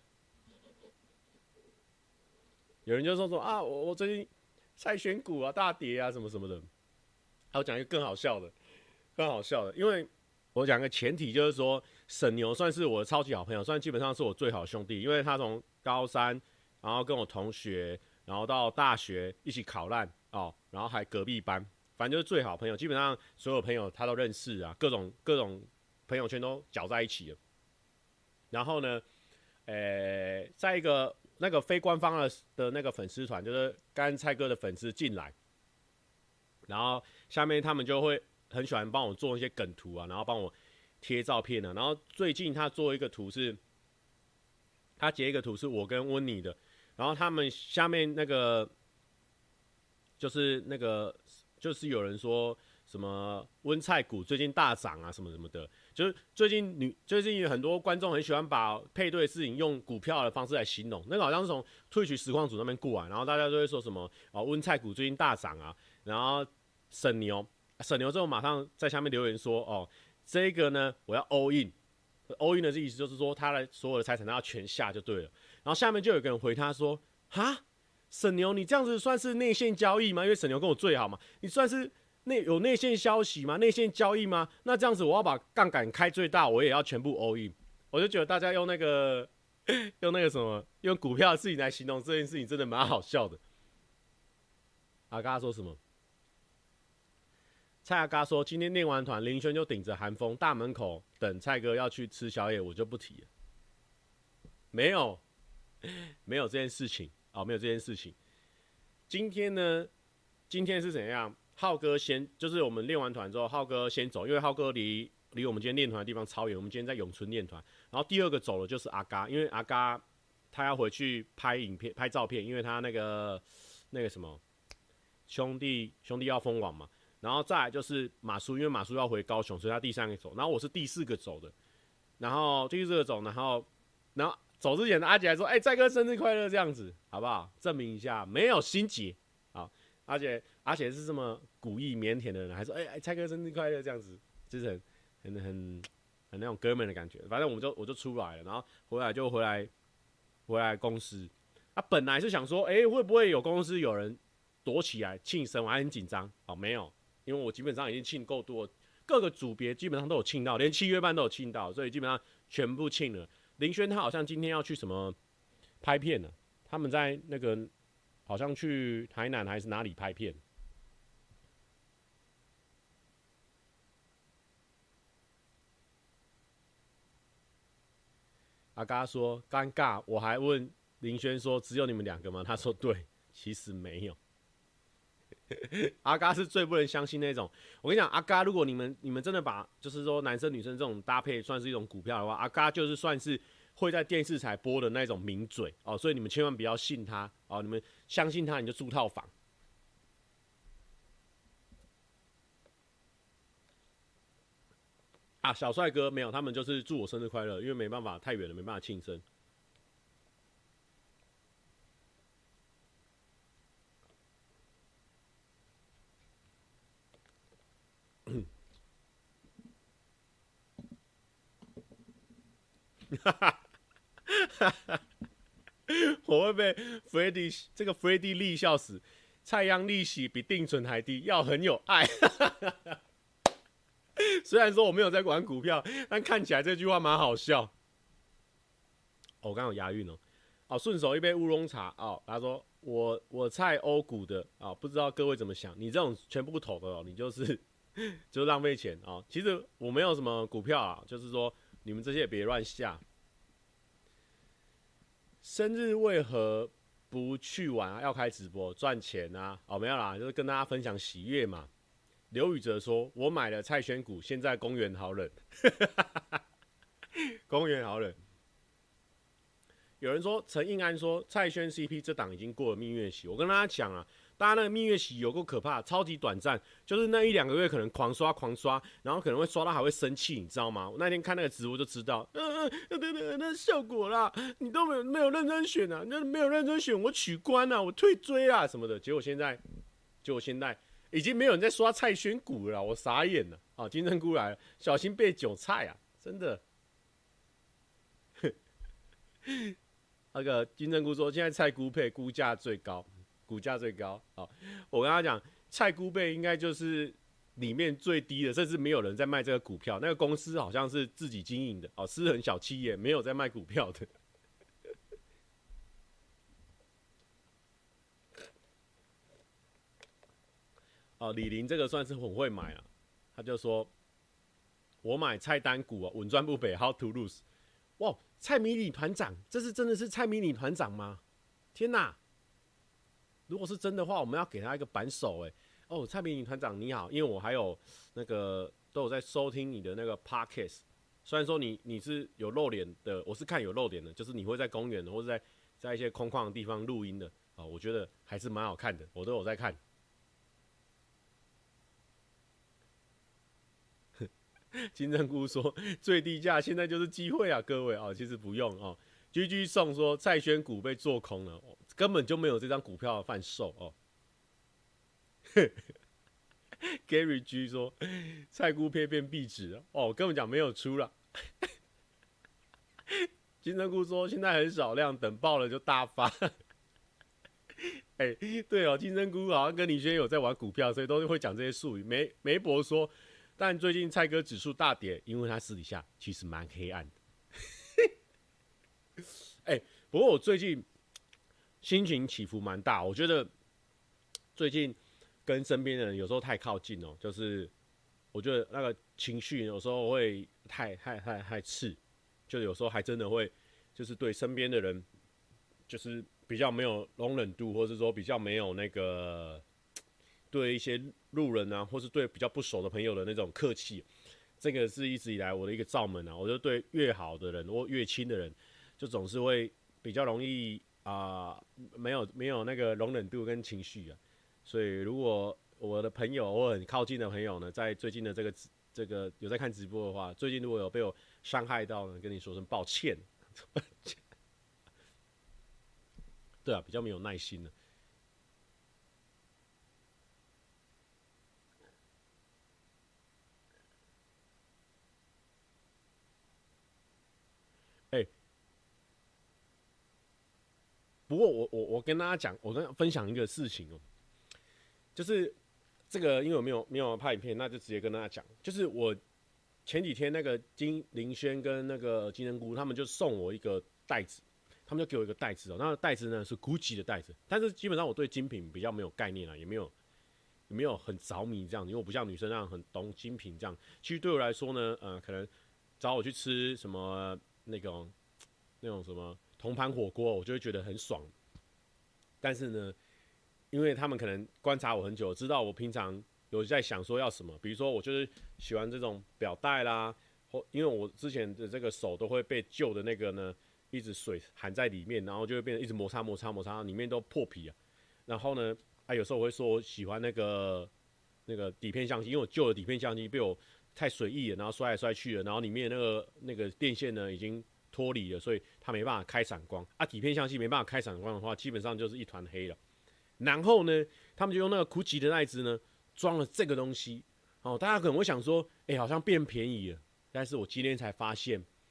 有人就说说啊，我我最近蔡选股啊大跌啊什么什么的。还有讲一个更好笑的，更好笑的，因为我讲个前提就是说，沈牛算是我的超级好朋友，算基本上是我最好的兄弟，因为他从高三，然后跟我同学，然后到大学一起考烂哦，然后还隔壁班，反正就是最好朋友，基本上所有朋友他都认识啊，各种各种。朋友圈都搅在一起了，然后呢，呃，在一个那个非官方的的那个粉丝团，就是干蔡哥的粉丝进来，然后下面他们就会很喜欢帮我做一些梗图啊，然后帮我贴照片啊，然后最近他做一个图是，他截一个图是我跟温妮的，然后他们下面那个就是那个就是有人说什么温菜股最近大涨啊什么什么的。就是最近女最近有很多观众很喜欢把配对的事情用股票的方式来形容，那个好像是从退取实况组那边过来，然后大家就会说什么哦温菜股最近大涨啊，然后沈牛沈牛之后马上在下面留言说哦这个呢我要 all in，all in 的意思就是说他的所有的财产都要全下就对了，然后下面就有个人回他说哈沈牛你这样子算是内线交易吗？因为沈牛跟我最好嘛，你算是。内有内线消息吗？内线交易吗？那这样子我要把杠杆开最大，我也要全部 all in。我就觉得大家用那个用那个什么用股票的事情来形容这件事情，真的蛮好笑的。阿嘎说什么？蔡阿嘎说今天练完团，林轩就顶着寒风大门口等蔡哥要去吃宵夜，我就不提了。没有，没有这件事情哦，没有这件事情。今天呢？今天是怎样？浩哥先就是我们练完团之后，浩哥先走，因为浩哥离离我们今天练团的地方超远。我们今天在永春练团，然后第二个走了就是阿嘎，因为阿嘎他要回去拍影片、拍照片，因为他那个那个什么兄弟兄弟要封网嘛。然后再来就是马叔，因为马叔要回高雄，所以他第三个走。然后我是第四个走的，然后第四个走，然后然后走之前的阿杰还说：“哎、欸，蔡哥生日快乐！”这样子好不好？证明一下没有心结啊，而且。而且是这么古意腼腆的人，还说：“哎、欸、哎，蔡哥生日快乐！”这样子，就是很很很很那种哥们的感觉。反正我们就我就出来了，然后回来就回来回来公司。啊，本来是想说，哎、欸，会不会有公司有人躲起来庆生？我还很紧张。哦，没有，因为我基本上已经庆够多，各个组别基本上都有庆到，连七月半都有庆到，所以基本上全部庆了。林轩他好像今天要去什么拍片呢？他们在那个好像去台南还是哪里拍片。阿嘎说尴尬，我还问林轩说只有你们两个吗？他说对，其实没有。阿嘎是最不能相信那种。我跟你讲，阿嘎如果你们你们真的把就是说男生女生这种搭配算是一种股票的话，阿嘎就是算是会在电视台播的那种名嘴哦，所以你们千万不要信他哦，你们相信他你就住套房。啊，小帅哥没有，他们就是祝我生日快乐，因为没办法太远了，没办法庆生。 我会被 Freddy 这个 Freddy 利笑死。蔡央利息比定存还低，要很有爱。虽然说我没有在玩股票，但看起来这句话蛮好笑。哦，我刚刚有押韵哦。哦，顺手一杯乌龙茶哦。他说我我菜欧股的啊、哦，不知道各位怎么想？你这种全部投的哦，你就是就是浪费钱啊、哦。其实我没有什么股票啊，就是说你们这些也别乱下。生日为何不去玩啊？要开直播赚钱啊？哦，没有啦，就是跟大家分享喜悦嘛。刘宇哲说：“我买了蔡轩股，现在公园好冷。”公园好冷。有人说陈应安说蔡轩 C P 这档已经过了蜜月期。我跟大家讲啊，大家那个蜜月期有够可怕，超级短暂，就是那一两个月可能狂刷狂刷，然后可能会刷到还会生气，你知道吗？我那天看那个直播就知道，嗯嗯嗯嗯，那效果啦，你都没有没有认真选啊，那没有认真选，我取关啊，我退追啊什么的。结果现在，结果现在已经没有人在刷蔡轩股了啦，我傻眼了啊！金针菇来了，小心被韭菜啊，真的。那个金针菇说，现在菜菇配估价最高，股价最高。好，我跟他讲，菜菇配应该就是里面最低的，甚至没有人在卖这个股票。那个公司好像是自己经营的，哦，私人小企业，没有在卖股票的。哦，李林这个算是很会买啊，他就说，我买菜单股啊，稳赚不赔 ，How to lose？ 哇！蔡迷你团长，这是真的是蔡迷你团长吗？天哪！如果是真的话，我们要给他一个扳手哎。哦，蔡迷你团长你好，因为我还有那个都有在收听你的那个 podcast。虽然说你你是有露脸的，我是看有露脸的，就是你会在公园或者在在一些空旷的地方录音的啊、哦，我觉得还是蛮好看的，我都有在看。金针菇说最低价现在就是机会啊，各位啊、哦，其实不用哦。G G 送说蔡轩股被做空了、哦，根本就没有这张股票贩售哦。Gary G 说蔡菇片变壁纸哦，根本讲没有出了。金针菇说现在很少量，等爆了就大发。哎、欸，对哦，金针菇好像跟李轩有在玩股票，所以都会讲这些术语。梅梅博说。但最近蔡哥指数大跌，因为他私底下其实蛮黑暗的。哎、欸，不过我最近心情起伏蛮大，我觉得最近跟身边的人有时候太靠近哦，就是我觉得那个情绪有时候会太太太太刺，就有时候还真的会就是对身边的人就是比较没有容忍度，或是说比较没有那个。对一些路人啊，或是对比较不熟的朋友的那种客气，这个是一直以来我的一个罩门啊。我就对越好的人或越亲的人，就总是会比较容易啊、呃，没有没有那个容忍度跟情绪啊。所以如果我的朋友或很靠近的朋友呢，在最近的这个这个有在看直播的话，最近如果有被我伤害到呢，跟你说声抱歉。对啊，比较没有耐心了。哎、欸，不过我我我跟大家讲，我跟分享一个事情哦，就是这个，因为我没有没有拍影片，那就直接跟大家讲，就是我前几天那个金林轩跟那个金针菇，他们就送我一个袋子，他们就给我一个袋子哦，那个袋子呢是 Gucci 的袋子，但是基本上我对精品比较没有概念啊，也没有也没有很着迷这样，因为我不像女生那样很懂精品这样。其实对我来说呢，呃，可能找我去吃什么那种那种什么铜盘火锅，我就会觉得很爽。但是呢，因为他们可能观察我很久，知道我平常有在想说要什么，比如说我就是喜欢这种表带啦，或因为我之前的这个手都会被旧的那个呢，一直水含在里面，然后就会变得一直摩擦摩擦摩擦，里面都破皮啊。然后呢，啊有时候我会说我喜欢那个那个底片相机，因为我旧的底片相机被我太随意了，然后摔来摔去了，然后里面那个那个电线呢已经脱离了，所以它没办法开闪光啊。底片相机没办法开闪光的话，基本上就是一团黑了。然后呢，他们就用那个 Gucci 的袋子呢装了这个东西。哦，大家可能会想说，哎、欸，好像变便宜了。但是我今天才发现，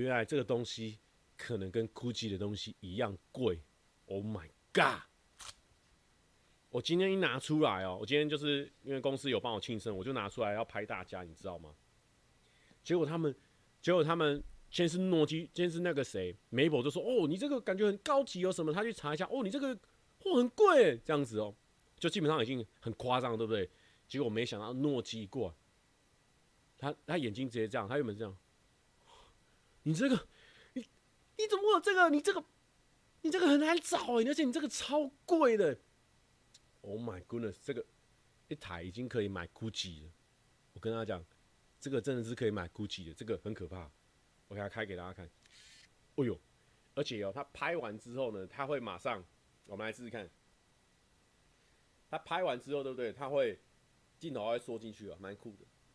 原来这个东西可能跟 Gucci 的东西一样贵。Oh my god！ 我今天一拿出来哦，我今天就是因为公司有帮我庆生，我就拿出来要拍大家，你知道吗？结果他们，结果他们先是诺基，先是那个谁 ，Mabel 就说：“哦，你这个感觉很高级哦，什么？”他去查一下，哦，你这个货很贵，这样子哦，就基本上已经很夸张，对不对？结果没想到诺基过来，他他眼睛直接这样，他原本这样，你这个，你你怎么会有这个？你这个，你这个很难找哎，而且你这个超贵的。Oh my goodness， 这个一台已经可以买 Gucci 了。我跟他讲，这个真的是可以买 Gucci 的，这个很可怕。我给他开给大家看。哎呦，而且哦，他拍完之后呢，他会马上，我们来试试看。他拍完之后，对不对？他会镜头会缩进去啊，蛮酷的，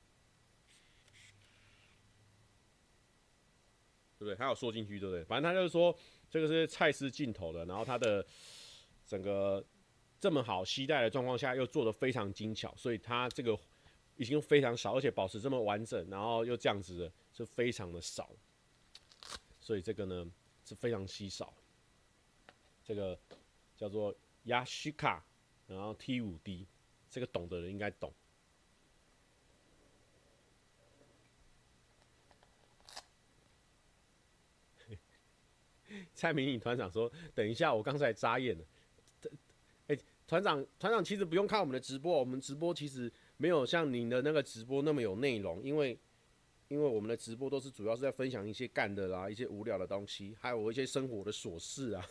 对不对？他有缩进去，对不对？反正他就是说，这个是蔡司镜头的，然后它的整个这么好携带的状况下，又做得非常精巧，所以它这个已经非常少，而且保持这么完整，然后又这样子的，是非常的少。所以这个呢是非常稀少。这个叫做 Yashica， 然后 T 五 D， 这个懂的人应该懂。蔡明颖团长说：“等一下，我刚才眨眼了。”哎，团长，团长其实不用看我们的直播，我们直播其实没有像您的那个直播那么有内容，因为因为我们的直播都是主要是在分享一些干的啦，一些无聊的东西，还有一些生活的琐事啊。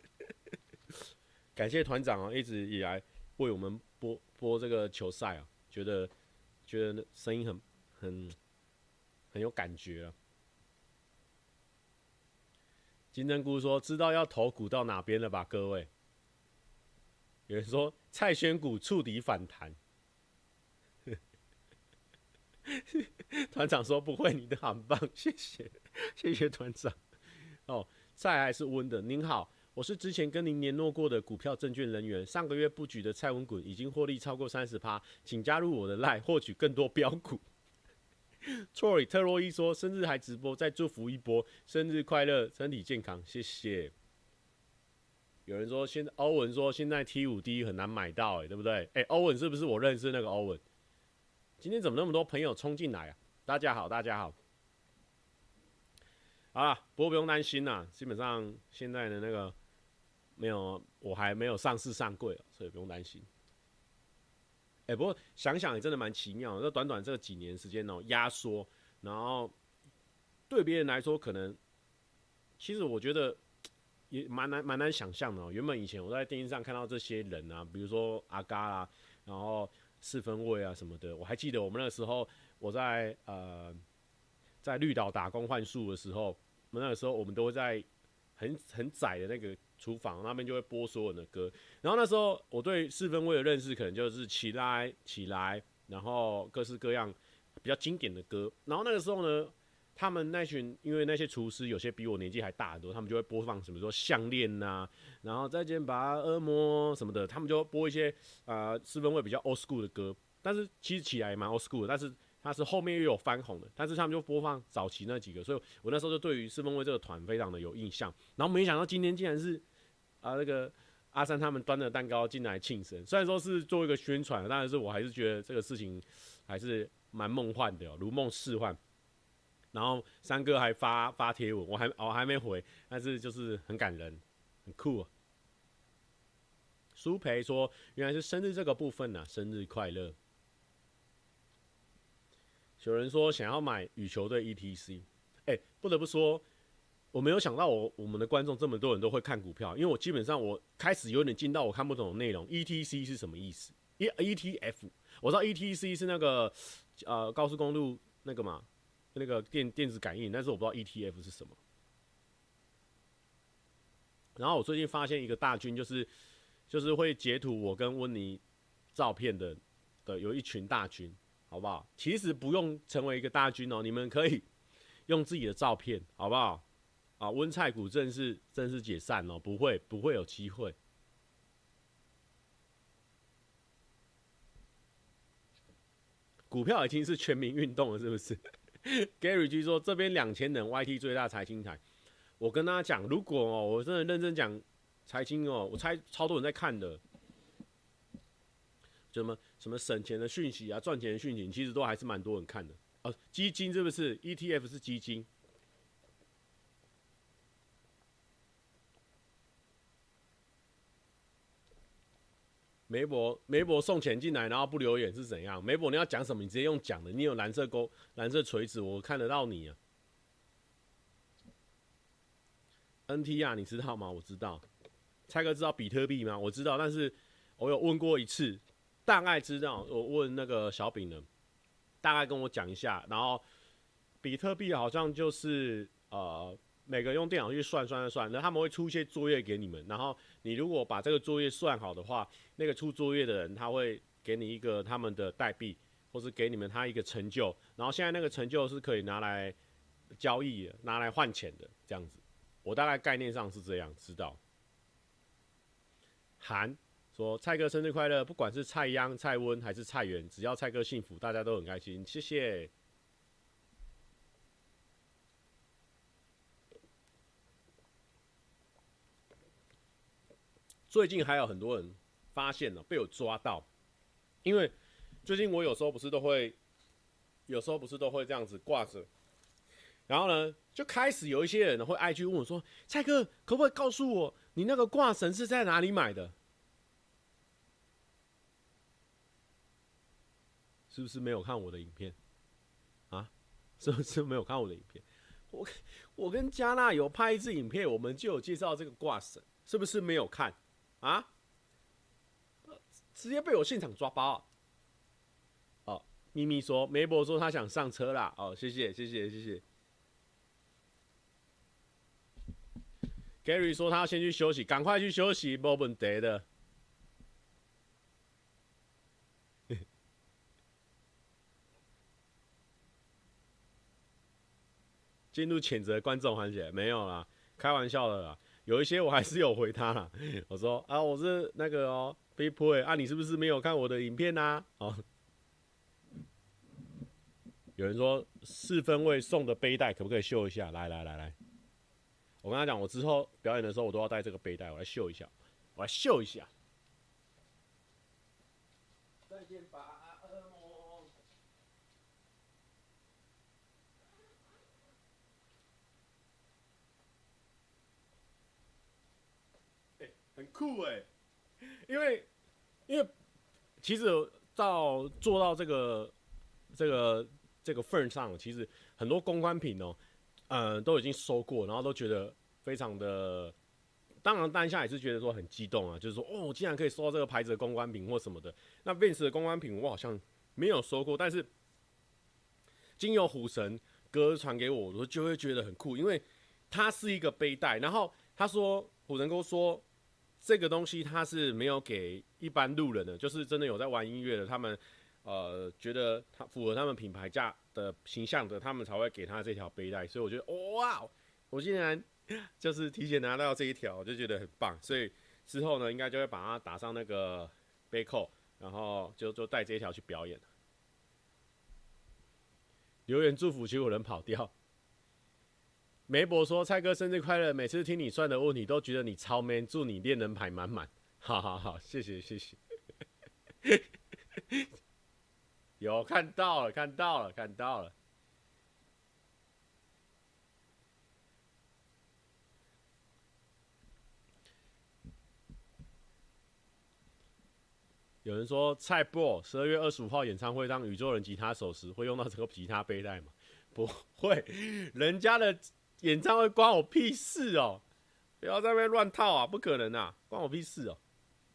感谢团长啊，一直以来为我们播播这个球赛啊，觉得觉得声音很很很有感觉啊。金针菇说：“知道要投股到哪边了吧，各位？”有人说蔡轩股触底反弹。团长说：“不会，你的很棒，谢谢，谢谢团长。”哦，菜还是温的。您好，我是之前跟您联络过的股票证券人员，上个月布局的蔡文滚已经获利超过 百分之三十， 请加入我的 LINE 获取更多标股。Troy 特洛伊说生日还直播，再祝福一波，生日快乐，身体健康，谢谢。有人说现在欧文说现在 T 五 D 很难买到、欸，对不对？哎、欸，欧文是不是我认识那个欧文？今天怎么那么多朋友冲进来啊？大家好，大家好。好啦，不过不用担心啦，基本上现在的那个没有，我还没有上市上柜，所以不用担心。哎、欸，不过想想也真的蛮奇妙的，这短短这几年时间哦，压缩，然后对别人来说可能，其实我觉得也蛮难蛮难想象的哦。原本以前我在电视上看到这些人啊，比如说阿嘎啦，然后四分卫啊什么的，我还记得我们那个时候我在呃在绿岛打工换宿的时候，我们那个时候我们都会在很很窄的那个厨房那边就会播所有人的歌，然后那时候我对四分卫的认识可能就是起来起来，然后各式各样比较经典的歌，然后那个时候呢，他们那群因为那些厨师有些比我年纪还大很多，他们就会播放什么说项链呐，然后再见吧恶魔什么的，他们就播一些呃四分卫比较 old school 的歌，但是其实起来也蛮 old school 的，但是它是后面又有翻红的，但是他们就播放早期那几个，所以我那时候就对于四分卫这个团非常的有印象。然后没想到今天竟然是啊、呃、那个阿三他们端着蛋糕进来庆生，虽然说是做一个宣传，但是我还是觉得这个事情还是蛮梦幻的、喔，如梦似幻。然后三哥还发发贴文，我还我还没回，但是就是很感人，很酷、啊。苏培说：“原来是生日这个部分呢、啊，生日快乐。”有人说想要买羽球队 E T C， 哎、欸，不得不说，我没有想到我我们的观众这么多人都会看股票，因为我基本上我开始有点进到我看不懂的内容。E T C 是什么意思 ？E T F， 我知道 E T C 是那个呃高速公路那个嘛，那个电电子感应，但是我不知道 E T F 是什么。然后我最近发现一个大军，就是就是会截图我跟温妮照片的的有一群大军。好不好？其实不用成为一个大军哦，你们可以用自己的照片，好不好？啊，温菜股正式正式解散哦，不会不会有机会。股票已经是全民运动了，是不是？ Gary G 说这边两千人 Y T 最大财经台，我跟大家讲，如果哦，我真的认真讲财经哦，我猜超多人在看的，什么什么省钱的讯息啊，赚钱的讯息，其实都还是蛮多人看的。哦，基金是不是 ？E T F 是基金。梅博梅博送钱进来，然后不留言是怎样？梅博你要讲什么？你直接用讲的。你有蓝色勾、蓝色锤子，我看得到你啊。N T 啊，你知道吗？我知道。蔡哥知道比特币吗？我知道，但是我有问过一次，大概知道。我问那个小饼呢，大概跟我讲一下。然后比特币好像就是呃。每个用电脑去算算算算，那他们会出一些作业给你们，然后你如果把这个作业算好的话，那个出作业的人他会给你一个他们的代币，或是给你们他一个成就，然后现在那个成就是可以拿来交易的，拿来换钱的这样子。我大概概念上是这样知道。韩说蔡哥生日快乐，不管是蔡央、蔡温还是蔡元，只要蔡哥幸福，大家都很开心，谢谢。最近还有很多人发现了，被我抓到，因为最近我有时候不是都会，有时候不是都会这样子挂着，然后呢，就开始有一些人会 I G 问我说：“蔡哥，可不可以告诉我你那个挂绳是在哪里买的？”是不是没有看我的影片啊？是不是没有看我的影片？我我跟加纳有拍一支影片，我们就有介绍这个挂绳，是不是没有看？啊！直接被我现场抓包啊！哦，咪咪说，梅博说他想上车啦。哦，谢谢谢谢谢谢。Gary 说他要先去休息，赶快去休息，没问题的。进入谴责观众环节，没有啦，开玩笑的啦。有一些我还是有回他啦，我说啊，我是那个哦 ，Big Boy 啊，你是不是没有看我的影片啊？哦，有人说四分卫送的背带可不可以秀一下？来来来来，我跟他讲，我之后表演的时候我都要带这个背带，我来秀一下，我来秀一下。再见吧，恶魔。很酷哎、欸，因为因为其实到做到这个这个这个份上，其实很多公关品哦，呃，都已经收过，然后都觉得非常的，当然当下也是觉得说很激动啊，就是说哦，竟然可以收到这个牌子的公关品或什么的。那 Vince 的公关品我好像没有收过，但是经由虎神哥传给我，我就会觉得很酷，因为它是一个背带，然后他说虎神哥说。这个东西它是没有给一般路人的，就是真的有在玩音乐的，他们呃觉得它符合他们品牌价的形象的，他们才会给他这条背带。所以我觉得，哦、哇，我竟然就是提前拿到这一条，我就觉得很棒。所以之后呢，应该就会把它打上那个背扣，然后就就带这一条去表演。留言祝福，结果人跑掉。梅博说：“蔡哥生日快乐！每次听你算的问题，都觉得你超 man， 祝你恋人牌满满。”好好好，谢谢谢谢。有看到了，看到了，看到了。有人说蔡博十二月二十五号演唱会当宇宙人吉他手时，会用到这个吉他背带吗？不会，人家的。演唱会关我屁事哦！不要在那边乱套啊，不可能啊，关我屁事哦！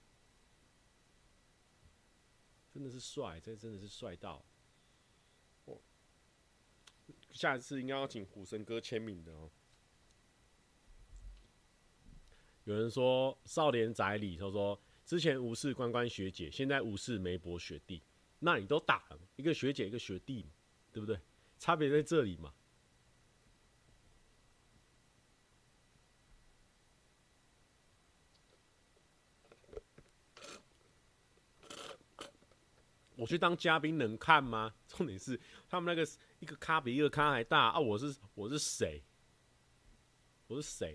真的是帅，这真的是帅到！哦，下一次应该要请虎神哥签名的哦。有人说少年仔里头说，之前无视关关学姐，现在无视梅博学弟，那你都打了，一个学姐一个学弟嘛，对不对？差别在这里嘛。 我去当嘉宾能看吗？重点是他们那个一个咖比一个咖还大啊！我是我是谁？我是谁？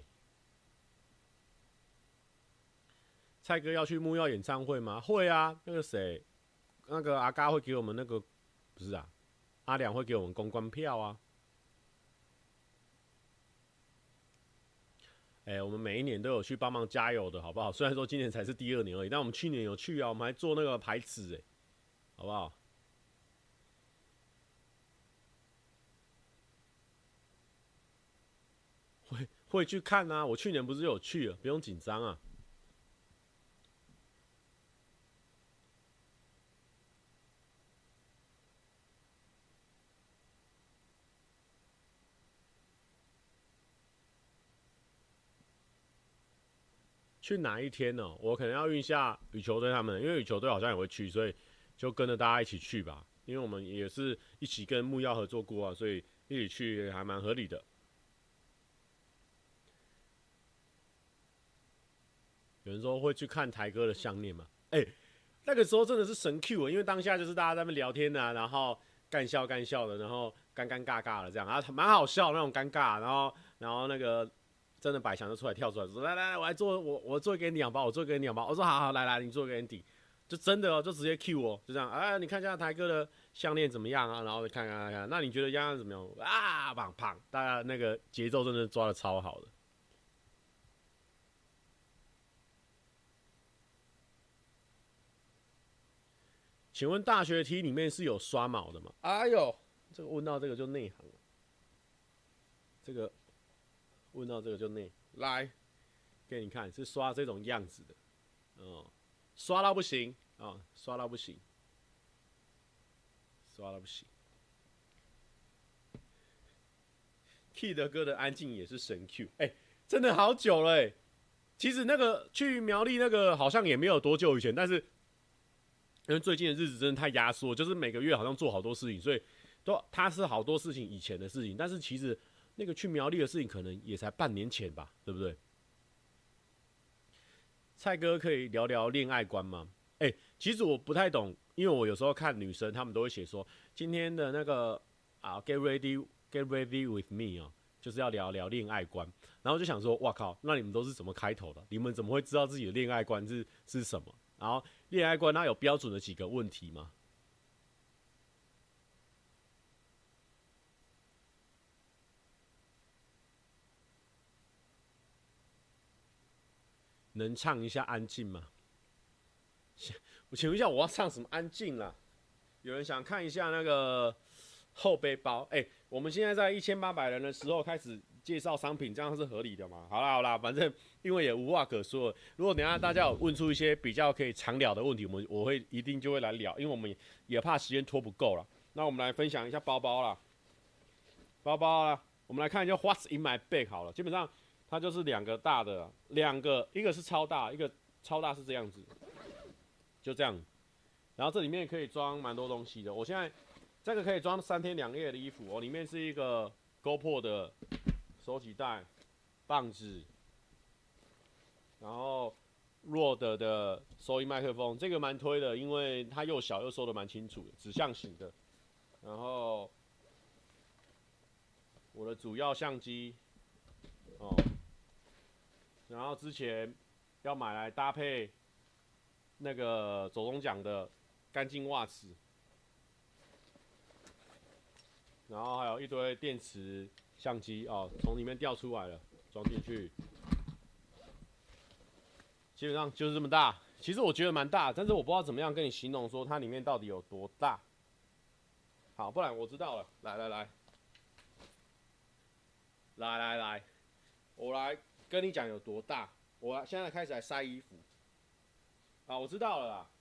蔡哥要去木曜演唱会吗？会啊，那个谁，那个阿嘎会给我们那个，不是啊，阿良会给我们公关票啊。哎、欸，我们每一年都有去帮忙加油的，好不好？虽然说今年才是第二年而已，但我们去年有去啊，我们还做那个牌子，哎，好不好？会会去看啊，我去年不是有去了，不用紧张啊。去哪一天呢、喔？我可能要问一下羽球队他们，因为羽球队好像也会去，所以就跟着大家一起去吧。因为我们也是一起跟木曜合作过啊，所以一起去还蛮合理的。有人说会去看台哥的项链嘛？哎、欸，那个时候真的是神 Q 啊，因为当下就是大家在那边聊天啊，然后干笑干笑的，然后尴尴尬尬的这样，啊，蛮好笑的那种尴尬，然后然后那个。真的百强就出来跳出来说：“来来来，我来做，我我做一个 ending 好不好？我做一个 ending 好不好？”我说：“好好，来来，你做一个 ending。”就真的哦，就直接 Q 我，就这样。哎，你看一下台哥的项链怎么样啊？然后看看看，那你觉得样样怎么样？啊，棒棒！大家那个节奏真的抓的超好的。请问大学 T 里面是有刷毛的吗？哎呦，这个问到这个就内行了。这个。问到这个就内来给你看，是刷这种样子的，哦，刷到不行啊、哦，刷到不行，刷到不行。Kid 哥的安静也是神 Q， 哎、欸，真的好久了哎、欸。其实那个去苗栗那个好像也没有多久以前，但是因为最近的日子真的太压缩，就是每个月好像做好多事情，所以都他是好多事情以前的事情，但是其实。那个去苗栗的事情可能也才半年前吧，对不对？蔡哥可以聊聊恋爱观吗？哎、欸，其实我不太懂，因为我有时候看女生，她们都会写说今天的那个啊 ，get ready get ready with me 哦，就是要聊聊恋爱观。然后就想说，哇靠，那你们都是怎么开头的？你们怎么会知道自己的恋爱观是是什么？然后恋爱观它有标准的几个问题吗？能唱一下安静吗？我请问一下，我要唱什么安静啦？有人想看一下那个后背包？哎、欸，我们现在在一千八百人的时候开始介绍商品，这样是合理的吗？好啦好啦，反正因为也无话可说了。如果等一下大家有问出一些比较可以常聊的问题，我们我会一定就会来聊，因为我们也怕时间拖不够了。那我们来分享一下包包啦，包包啦，我们来看一下 What's in my bag 好了，基本上。它就是两个大的，两个，一个是超大，一个超大是这样子，就这样。然后这里面可以装蛮多东西的。我现在这个可以装三天两夜的衣服哦，里面是一个 GoPro 的手提袋、棒子，然后 Rode 的收音麦克风，这个蛮推的，因为它又小又收得蛮清楚的，指向型的。然后我的主要相机，哦。然后之前要买来搭配那个走中奖的干净袜子，然后还有一堆电池相机哦，从里面掉出来了，装进去，基本上就是这么大。其实我觉得蛮大，但是我不知道怎么样跟你形容说它里面到底有多大。好，不然我知道了，来来来，来来来，我来。跟你讲有多大，我现在开始来塞衣服。啊，我知道了啦。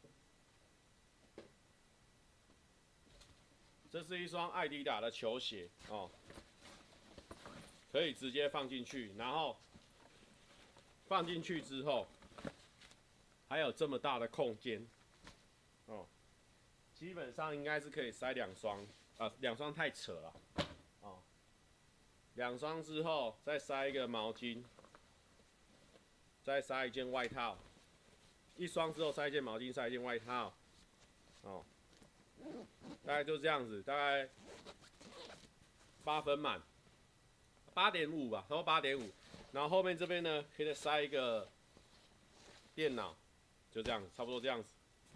这是一双艾迪达的球鞋哦，可以直接放进去，然后放进去之后，还有这么大的空间，哦，基本上应该是可以塞两双，啊，两双太扯了，哦，两双之后再塞一个毛巾。再塞一件外套，一双之后塞一件毛巾，塞一件外套，哦， 大概就这样子，大概八分满，八点五吧，差不多八点五。然后后面这边呢，可以再塞一个电脑，就这样，差不多这样子。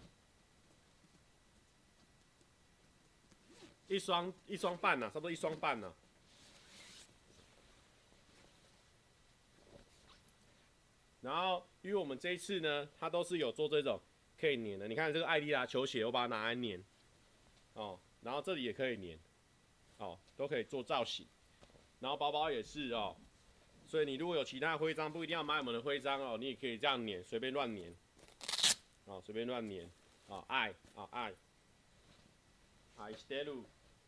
一双一双半呐、啊，差不多一双半呐、啊。然后，因为我们这一次呢，它都是有做这种可以粘的。你看这个艾迪达球鞋，我把它拿来粘，哦，然后这里也可以粘，哦，都可以做造型。然后包包也是哦，所以你如果有其他的徽章，不一定要买我们的徽章哦，你也可以这样粘，随便乱粘，哦，随便乱粘，啊，爱啊爱，爱 stay 路。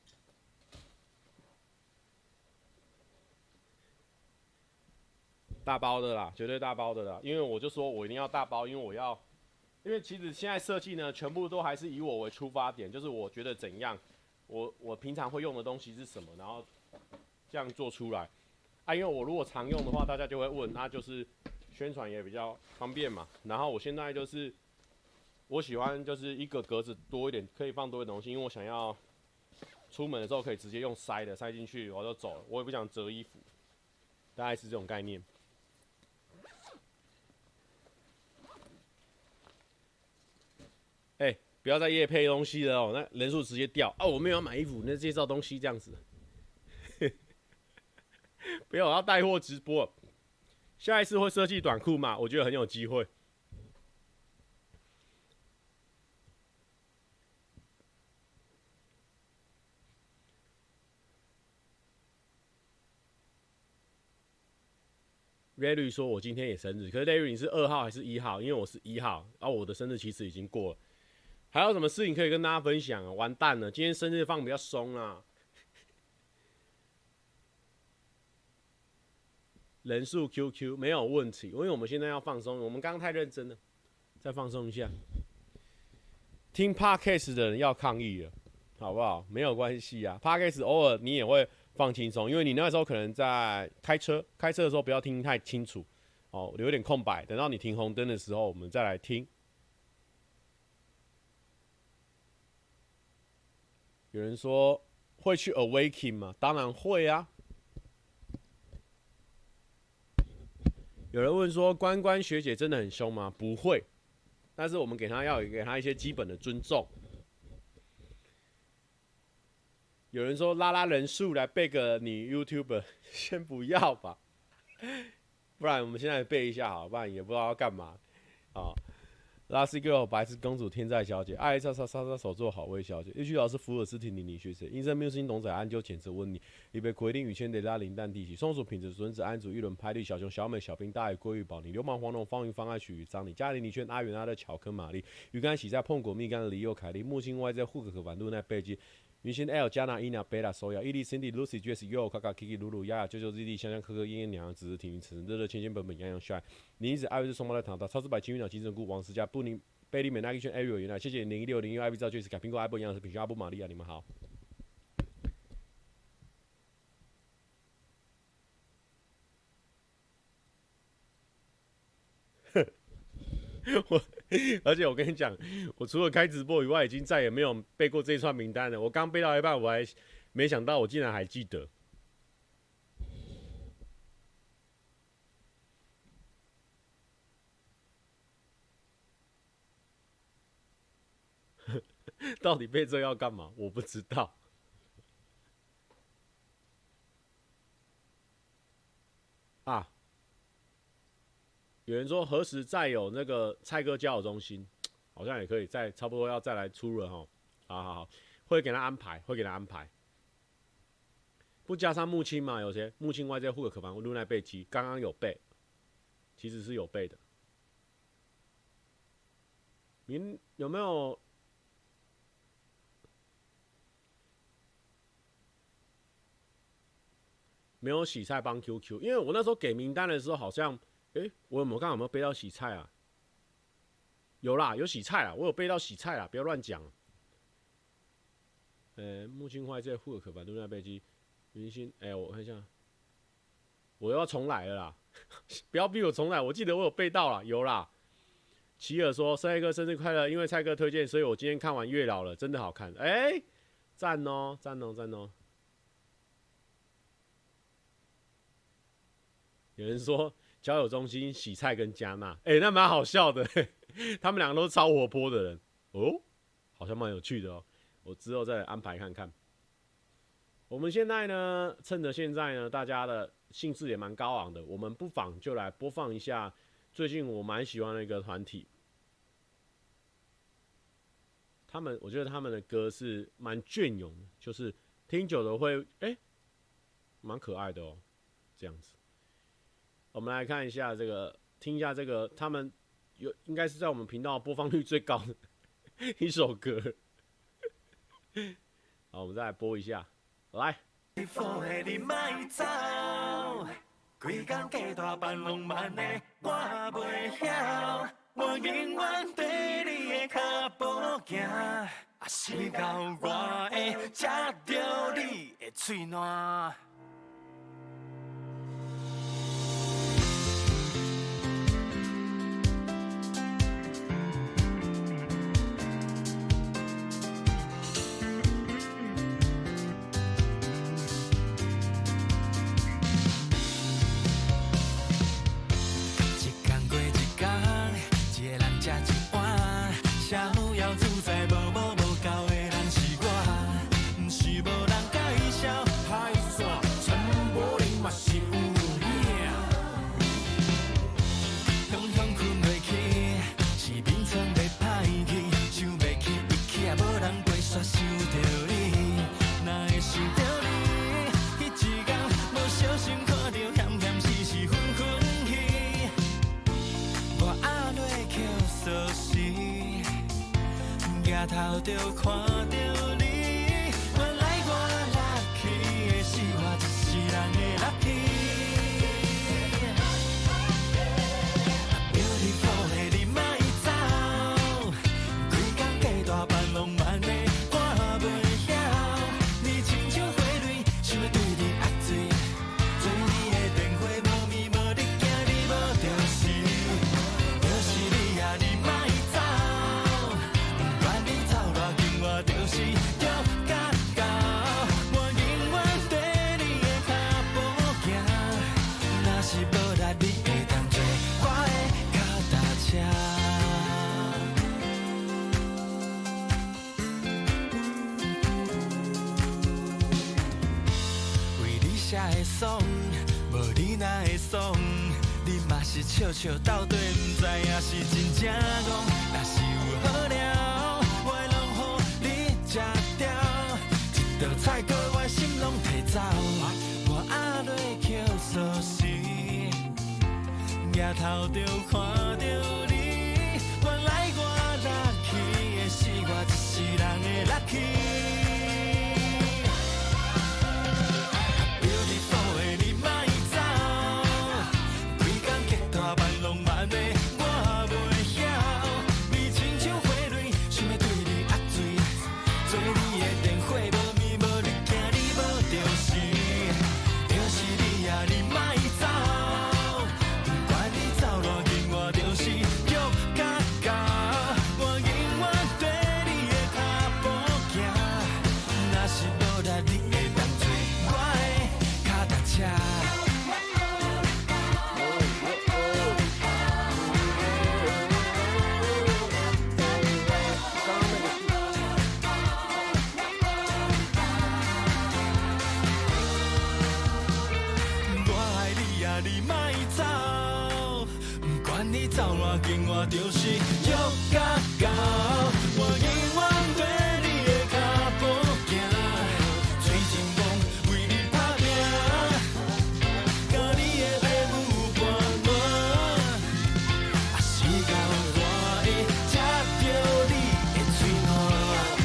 大包的啦，绝对大包的啦，因为我就说我一定要大包，因为我要，因为其实现在设计呢，全部都还是以我为出发点，就是我觉得怎样，我我平常会用的东西是什么，然后这样做出来。啊，因为我如果常用的话，大家就会问，那就是宣传也比较方便嘛。然后我现在就是我喜欢就是一个格子多一点，可以放多一点东西，因为我想要出门的时候可以直接用塞的塞进去，我就走了，我也不想折衣服，大概是这种概念。哎、欸，不要再业配东西了哦，那人数直接掉啊！我没有要买衣服，那介绍东西这样子，不要我要带货直播。下一次会设计短裤嘛？我觉得很有机会。Larry 说：“我今天也生日，可是 Larry 你是二号还是一号？因为我是一号，然、啊、后我的生日其实已经过了。还有什么事情可以跟大家分享啊？完蛋了，今天生日放比较松啊。人数 Q Q 没有问题，因为我们现在要放松，我们刚刚太认真了，再放松一下。听 Podcast 的人要抗议了，好不好？没有关系啊 ，Podcast 偶尔你也会放轻松，因为你那时候可能在开车，开车的时候不要听太清楚，哦，留点空白，等到你停红灯的时候，我们再来听。有人说会去 Awaken 吗？当然会啊。有人问说关关学姐真的很凶吗？不会，但是我们给她要给她一些基本的尊重。有人说拉拉人数来背个你 YouTuber， 先不要吧，不然我们现在背一下好，不然也不知道要干嘛啊。Lassie Girl 白痴公主天在小姐，爱莎莎莎莎手作好味小姐，玉旭老师福尔斯汀妮妮学姐，阴森缪星董仔安鸠谴责温妮，李北奎丁雨谦雷拉林蛋地起，松鼠品质孙子安祖一轮拍绿小熊小美小兵大野鲑鱼宝你流氓黄龙方云方爱曲与张你嘉玲李轩阿元阿的巧克玛丽鱼竿洗在碰果蜜柑的李佑凯莉木星外在户可可反路那贝基。云星 L 加纳伊娜贝拉索亚伊利 Cindy Lucy Jess Yo 卡卡 Kiki 露露雅雅啾啾 Z D 香香可可燕燕娘娘子子婷婷晨热热千千本本洋洋帅林子艾瑞斯双胞胎糖糖超市百青云鸟金针菇王思佳布宁贝利美奈一圈 Ariel 原来谢谢零一六零一 I V 赵 Jess 改苹果 Apple 营养师品学阿布玛利亚你们好。我而且我跟你讲，我除了开直播以外，已经再也没有背过这一串名单了。我刚背到一半，我还没想到我竟然还记得。到底背这要干嘛？我不知道。啊！有人说何时再有那个蔡哥交友中心，好像也可以再差不多要再来出了哈。好好好，会给他安排，会给他安排。不加上木青嘛，有些木青外在户口可防路奈背基，刚刚有背，其实是有背的。您有没有？没有洗菜帮 Q Q， 因为我那时候给名单的时候好像。哎、欸，我有没有刚好有没有背到洗菜啊？有啦，有洗菜啊，我有背到洗菜啦，不要乱讲。呃、欸，木青花在户可反对那背机，云星，哎、欸，我看一下，我又要重来了啦，不要逼我重来，我记得我有背到啦，有啦。 齐尔说：“蔡哥生日快乐！因为蔡哥推荐，所以我今天看完《月老》了，真的好看。哎、欸，赞哦，赞哦，赞哦！有人说交友中心洗菜跟加纳，哎、欸，那蛮好笑的，他们两个都是超活泼的人哦，好像蛮有趣的哦。我之后再来安排看看。我们现在呢，趁着现在呢，大家的兴致也蛮高昂的，我们不妨就来播放一下最近我蛮喜欢的一个团体。”他们，我觉得他们的歌是蛮隽永的，就是听久了会，哎、欸，蛮可爱的哦，这样子。我们来看一下这个，听一下这个，他们有应该是在我们频道播放率最高的一首歌。好，我们再来播一下，来。 我永远对你的脚步行，啊，是到我会吃着你的嘴烂。头就看到你，原来我 lucky 的是我一世人的 lucky。Beautiful 的你莫走，规工加大扮浪漫的我袂晓。你亲像花蕊，想要对你压水，做你的电话无咪无你惊你无着死，就是你啊，你莫走。就是要甲到，我永远对你的脚步行。若是无力，你会当做我的脚踏车。为你写的爽，无你哪会爽？你嘛是笑笑斗对，不知影是真正戆。若是有好料。吃掉一道菜，搁我心拢摕走。我压落捡锁匙，抬头就看到你。原来我 lucky 的是我一世人的 lucky。Beautiful 的你莫走，规工加大扮浪漫的我袂晓。你亲像花蕊，想要对你压水。做你的电话无咪无你惊你无着死，就是你啊，你莫走，不管你走偌近，我就是约甲到。我永远对你的脚步行，若是无力，你会当做我的脚踏车。你莫走，不管你走偌近，我就是约甲到。我永远对你的脚步行，吹情梦为你打拼，甲你的父母伴伴，啊是到我会吃着你的嘴烂。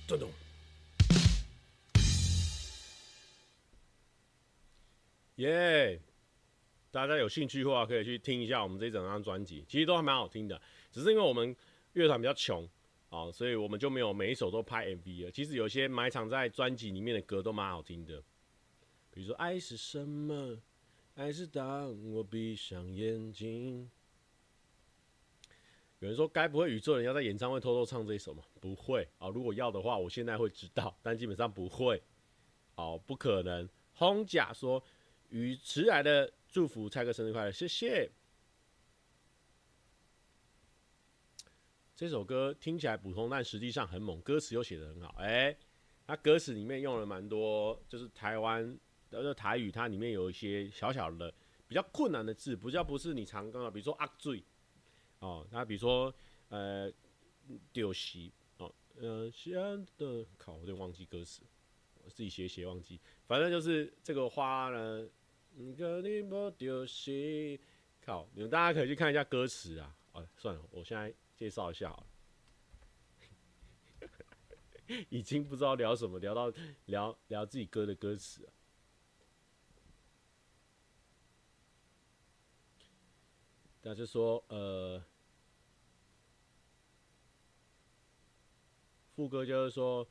咚咚。耶、yeah ！大家有兴趣的话，可以去听一下我们这一整张专辑，其实都还蛮好听的。只是因为我们乐团比较穷啊，所以我们就没有每一首都拍 M V 了。其实有些埋藏在专辑里面的歌都蛮好听的，比如说《爱是什么》，爱是当我闭上眼睛。有人说，该不会宇宙人要在演唱会偷偷唱这一首吗？不会啊，如果要的话，我现在会知道，但基本上不会。哦，不可能。轰甲说。与迟来的祝福蔡哥生日快乐，谢谢。这首歌听起来普通，但实际上很猛，歌词又写得很好。哎、欸，它歌词里面用了蛮多，就是台湾的台语，它里面有一些小小的比较困难的字，比较不是你常刚的，比如说阿醉哦，那比如说呃丢席哦，呃，现的靠，我有点忘记歌词，我自己写写忘记，反正就是这个花呢。你跟你没丢失，靠！你们大家可以去看一下歌词啊。哦，算了，我现在介绍一下好了。已经不知道聊什么，聊到聊聊自己歌的歌词了。那就说，呃，副歌就是说，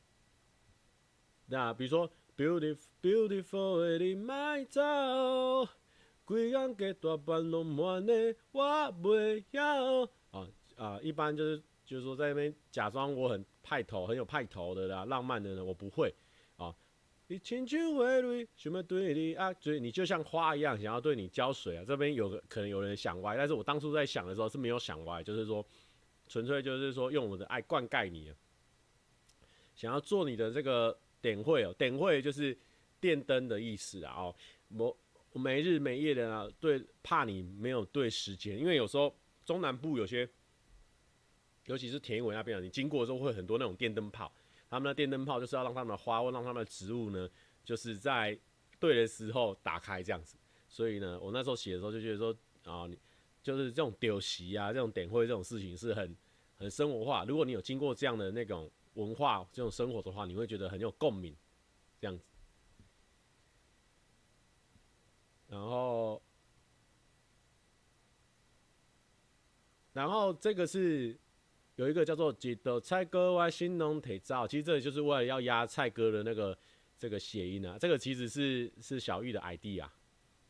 那比如说。Beautiful, beautiful 的你莫走，规工加大班拢满的，我袂晓。啊啊，一般就是就是说在那边假装我很派头，很有派头的啦，浪漫的呢，我不会啊。你亲像花蕊，想要对你啊追，你就像花一样，想要对你浇水啊。这边有个可能有人想歪，但是我当初在想的时候是没有想歪，就是说纯粹就是说用我的爱灌溉你，想要做你的这个。点会哦，点会就是电灯的意思啊！哦，我我没日没夜的啊，对，怕你没有对时间，因为有时候中南部有些，尤其是田尾那边啊，你经过的时候会很多那种电灯泡，他们的电灯泡就是要让他们的花或让他们的植物呢，就是在对的时候打开这样子。所以呢，我那时候写的时候就觉得说啊，你就是这种丢席啊，这种点会这种事情是很很生活化。如果你有经过这样的那种。文化这种生活的话，你会觉得很有共鸣，这样子。然后，然后这个是有一个叫做“一道菜哥我心拢提早”，其实这就是为了要压蔡哥的那个这个谐音啊。这个其实是是小玉的 I D 啊。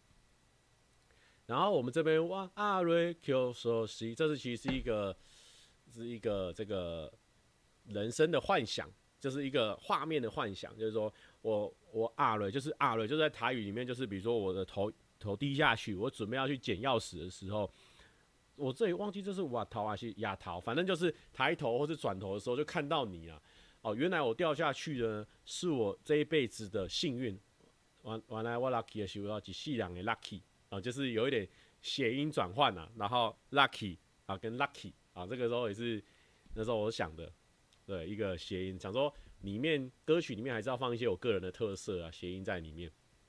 然后我们这边哇阿瑞 Q 说 C， 这是其实是一个是一个这个。人生的幻想，就是一个画面的幻想，就是说我我阿瑞就是阿瑞，就是在台语里面，就是比如说我的头头低下去，我准备要去捡钥匙的时候，我这里忘记这是瓦头还是亚头，反正就是抬头或是转头的时候就看到你了。哦，原来我掉下去的是我这一辈子的幸运。原原来我 lucky 的时候一世人的 lucky 啊，就是有一点谐音转换啊，然后 lucky 啊跟 lucky 啊，这个时候也是那时候我想的。对，一个谐音，想说里面歌曲里面还是要放一些我个人的特色啊，谐音在里面。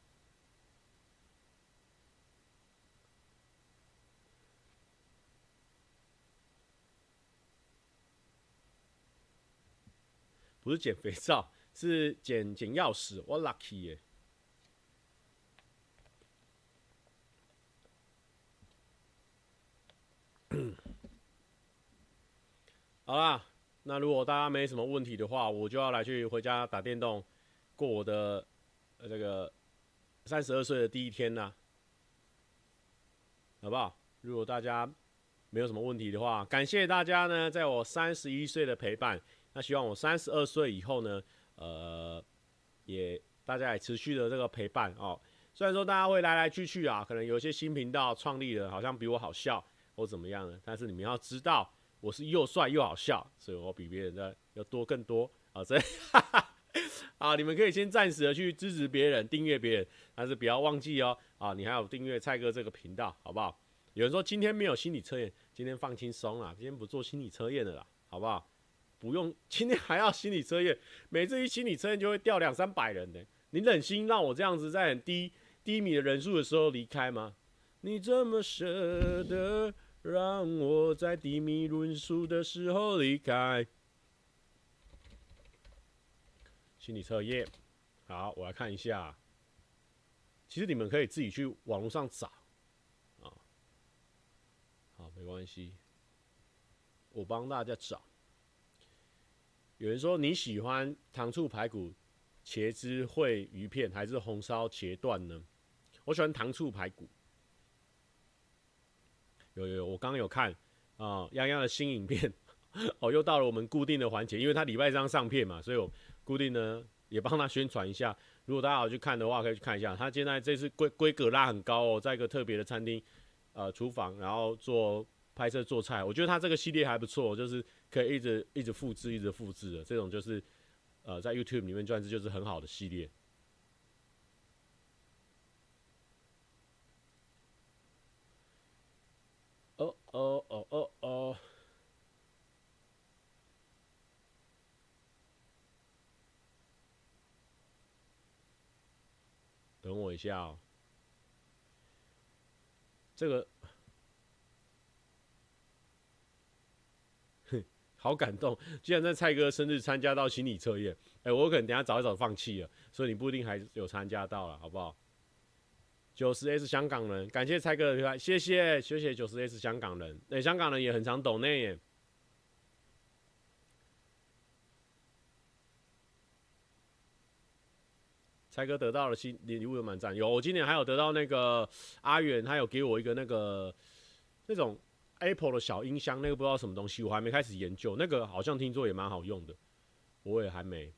不是捡肥皂，是捡捡钥匙，我 lucky 耶。好啦。那如果大家没什么问题的话，我就要来去回家打电动，过我的呃这个三十二岁的第一天啦，好不好？如果大家没有什么问题的话，感谢大家呢，在我三十一岁的陪伴。那希望我三十二岁以后呢，呃，也大家也持续的这个陪伴哦。虽然说大家会来来去去啊，可能有一些新频道创立了，好像比我好笑或怎么样的，但是你们要知道。我是又帅又好笑，所以我比别人的要多更多啊！所以，啊，你们可以先暂时的去支持别人、订阅别人，但是不要忘记哦，啊，你还有订阅蔡哥这个频道，好不好？有人说今天没有心理测验，今天放轻松啦，今天不做心理测验的啦，好不好？不用，今天还要心理测验，每次一心理测验就会掉两三百人的，你忍心让我这样子在很低低迷的人数的时候离开吗？你这么舍得？让我在低迷论述的时候离开。 心理测验。好，我来看一下。其实你们可以自己去网络上找啊。好，没关系，我帮大家找。有人说你喜欢糖醋排骨、茄汁烩鱼片，还是红烧茄段呢？我喜欢糖醋排骨。有有有，我刚刚有看啊，泱泱的新影片哦，又到了我们固定的环节，因为他礼拜三上片嘛，所以我固定呢也帮他宣传一下。如果大家有去看的话，可以去看一下。他现在这次规规格拉很高哦，在一个特别的餐厅，呃，厨房，然后做拍摄做菜。我觉得他这个系列还不错，就是可以一直一直复制，一直复制的这种，就是呃，在 YouTube 里面算是就是很好的系列。哦哦哦哦哦。等我一下哦，这个，好感动！居然在蔡哥生日参加到心理测验，哎、欸，我可能等一下早一早放弃了，所以你不一定还有参加到了，好不好？九十 S 香港人，感谢蔡哥的推荐，谢谢谢谢九十 S 香港人，哎、欸，香港人也很常抖内耶。蔡哥得到了新礼物的满赞，有我今年还有得到那个阿远，他有给我一个那个那种 Apple 的小音箱，那个不知道什么东西，我还没开始研究，那个好像听说也蛮好用的，我也还没。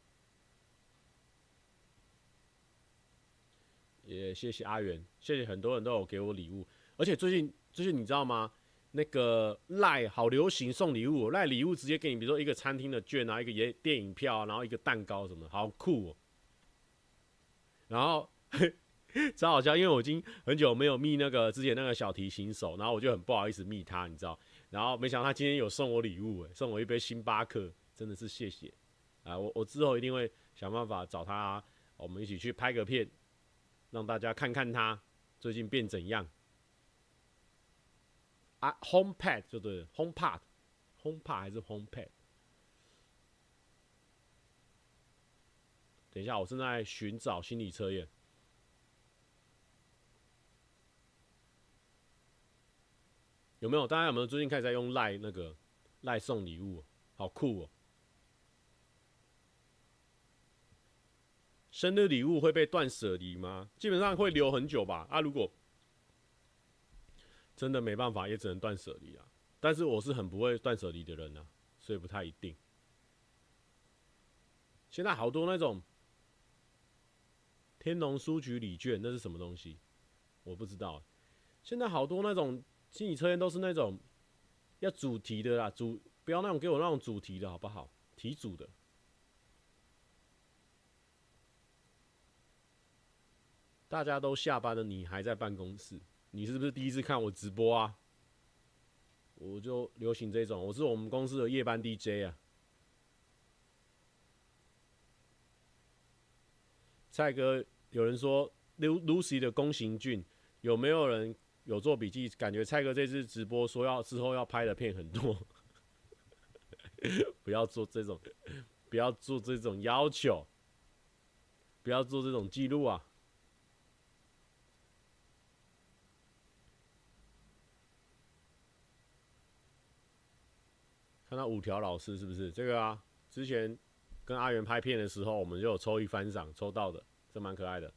也谢谢阿元，谢谢很多人都有给我礼物，而且最近最近你知道吗？那个赖好流行送礼物，赖礼物直接给你，比如说一个餐厅的券啊，一个电影票啊，然后一个蛋糕什么的，好酷哦。然后超好笑，因为我已经很久没有密那个之前那个小提琴手，然后我就很不好意思密他，你知道。然后没想到他今天有送我礼物，哎，送我一杯星巴克，真的是谢谢啊！我我之后一定会想办法找他，我们一起去拍个片，让大家看看他最近变怎样。啊 ，HomePad 就对了 ，HomePad，HomePad 还是 HomePad？ 等一下，我正在寻找心理测验。有没有？大家有没有最近开始在用赖那个赖送礼物？好酷哦！生日礼物会被断舍离吗？基本上会留很久吧。啊，如果真的没办法，也只能断舍离啊。但是我是很不会断舍离的人啊，所以不太一定。现在好多那种天龙书局礼券，那是什么东西？我不知道。现在好多那种心理测验都是那种要主题的啦，主不要那种给我那种主题的好不好？题组的。大家都下班了，你还在办公室，你是不是第一次看我直播啊？我就流行这种，我是我们公司的夜班 D J 啊。蔡哥，有人说 Lucy 的宫崎骏，有没有人有做笔记？感觉蔡哥这次直播说要之后要拍的片很多，不要做这种，不要做这种要求，不要做这种记录啊。看到五条老师是不是这个啊？之前跟阿元拍片的时候，我们就有抽一番赏，抽到的，这蛮可爱的。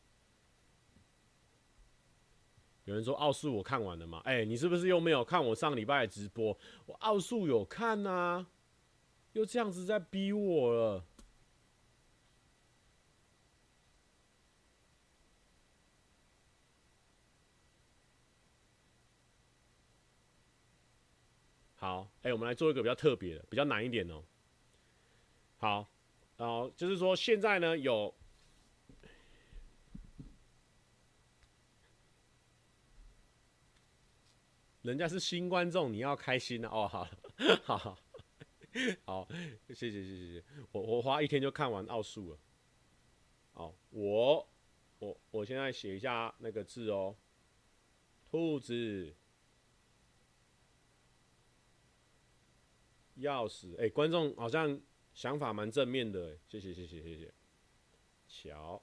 有人说奥数我看完了吗？哎、欸，你是不是又没有看我上礼拜的直播？我奥数有看啊，又这样子在逼我了。好，哎、欸，我们来做一个比较特别的，比较难一点哦。好，然后就是说现在呢有，人家是新观众，你要开心啊！哦，好，好，好，好，谢谢，谢谢，谢谢。我我花一天就看完奥数了。好，我我我现在写一下那个字哦，兔子。钥匙，哎、欸，观众好像想法蛮正面的，哎，谢谢谢谢谢谢。 桥。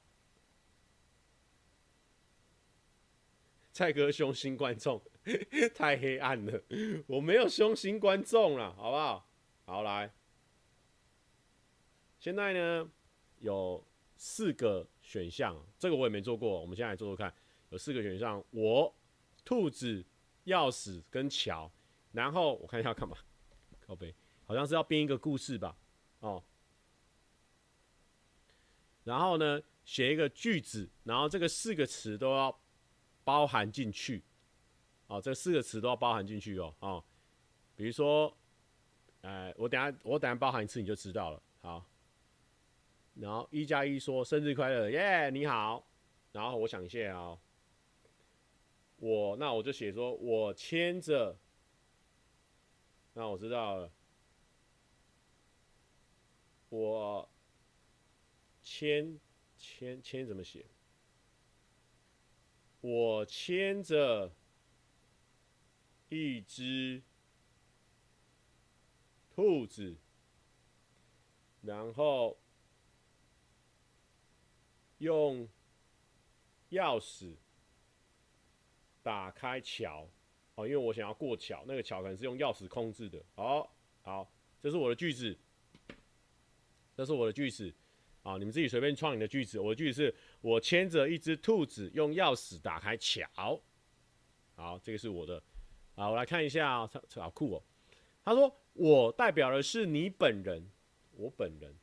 蔡哥凶心观众，太黑暗了，我没有凶心观众啦，好不好？好来，现在呢有四个选项，这个我也没做过，我们现在来做做看。有四个选项，我、兔子、钥匙跟桥。然后我看一下要干嘛？靠北，好像是要编一个故事吧？哦。然后呢，写一个句子，然后这个四个词都要包含进去。哦，这四个词都要包含进去哦。哦，比如说，呃，我等下我等下包含一次你就知道了。好。然后一加一说生日快乐，耶、yeah, 你好。然后我想一下哦，我那我就写说我牵着。那我知道了，我牵牵牵怎么写？我牵着一只兔子，然后用钥匙打开桥。哦，因为我想要过桥，那个桥可能是用钥匙控制的。好，好，这是我的句子，这是我的句子。啊，你们自己随便创你的句子。我的句子是：我牵着一只兔子，用钥匙打开桥。好，这个是我的。好，我来看一下啊、哦，好酷哦。他说：我代表的是你本人，我本人。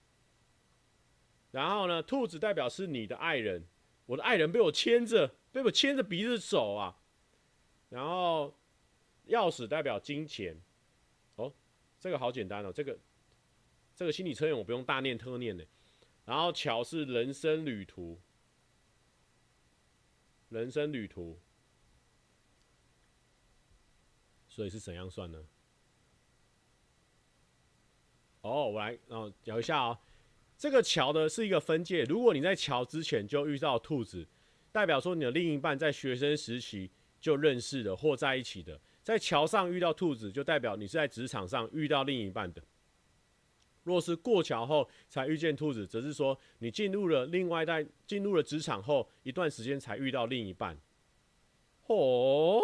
然后呢，兔子代表是你的爱人，我的爱人被我牵着，被我牵着鼻子走啊。然后钥匙代表金钱，哦，这个好简单哦，这个这个心理测验我不用大念特念的。然后桥是人生旅途，人生旅途，所以是怎样算呢？哦，我来哦聊一下哦，这个桥的是一个分界，如果你在桥之前就遇到兔子，代表说你的另一半在学生时期就认识的或在一起的，在桥上遇到兔子，就代表你是在职场上遇到另一半的。若是过桥后才遇见兔子，则是说你进入了另外在进入了职场后一段时间才遇到另一半。哦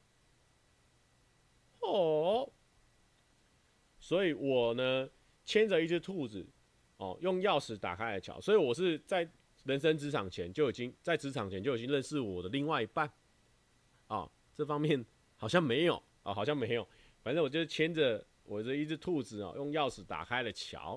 哦，所以我呢牵着一只兔子，哦，用钥匙打开了桥，所以我是在人生职场前就已经在职场前就已经认识我的另外一半。啊，这方面好像没有啊，好像没有。反正我就牵着我的一只兔子啊，用钥匙打开了桥。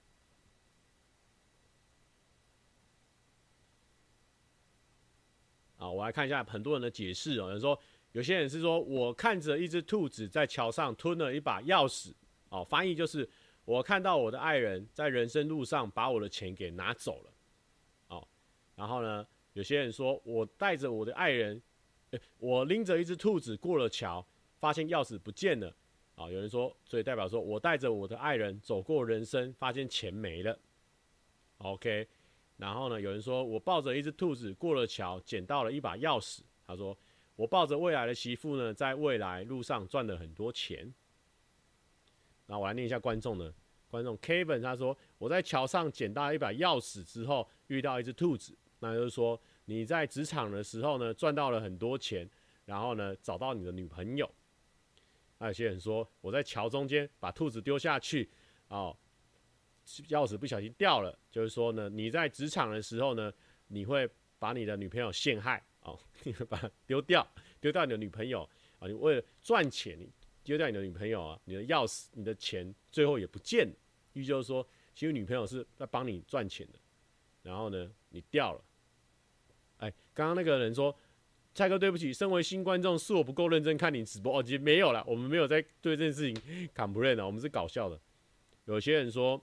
啊，我来看一下很多人的解释哦。有人说，有些人是说我看着一只兔子在桥上吞了一把钥匙。哦，翻译就是我看到我的爱人在人生路上把我的钱给拿走了。哦，然后呢，有些人说我带着我的爱人。我拎着一只兔子过了桥，发现钥匙不见了。啊，有人说，所以代表说我带着我的爱人走过人生，发现钱没了。OK， 然后呢，有人说我抱着一只兔子过了桥，捡到了一把钥匙。他说我抱着未来的媳妇呢，在未来路上赚了很多钱。然后我来念一下观众呢，观众 Kevin 他说我在桥上捡到一把钥匙之后，遇到一只兔子，那就是说。你在职场的时候呢，赚到了很多钱，然后呢，找到你的女朋友。那有些人说，我在桥中间把兔子丢下去，哦，钥匙不小心掉了，就是说呢，你在职场的时候呢，你会把你的女朋友陷害，哦，你会把它丢掉，丢掉你的女朋友啊，你为了赚钱，你丢掉你的女朋友啊，你的钥匙、你的钱最后也不见了。意思就是说，其实女朋友是在帮你赚钱的，然后呢，你掉了。哎，刚刚那个人说，蔡哥对不起，身为新观众是我不够认真看你直播哦，其实没有啦，我们没有在对这件事情砍不认的，我们是搞笑的。有些人说，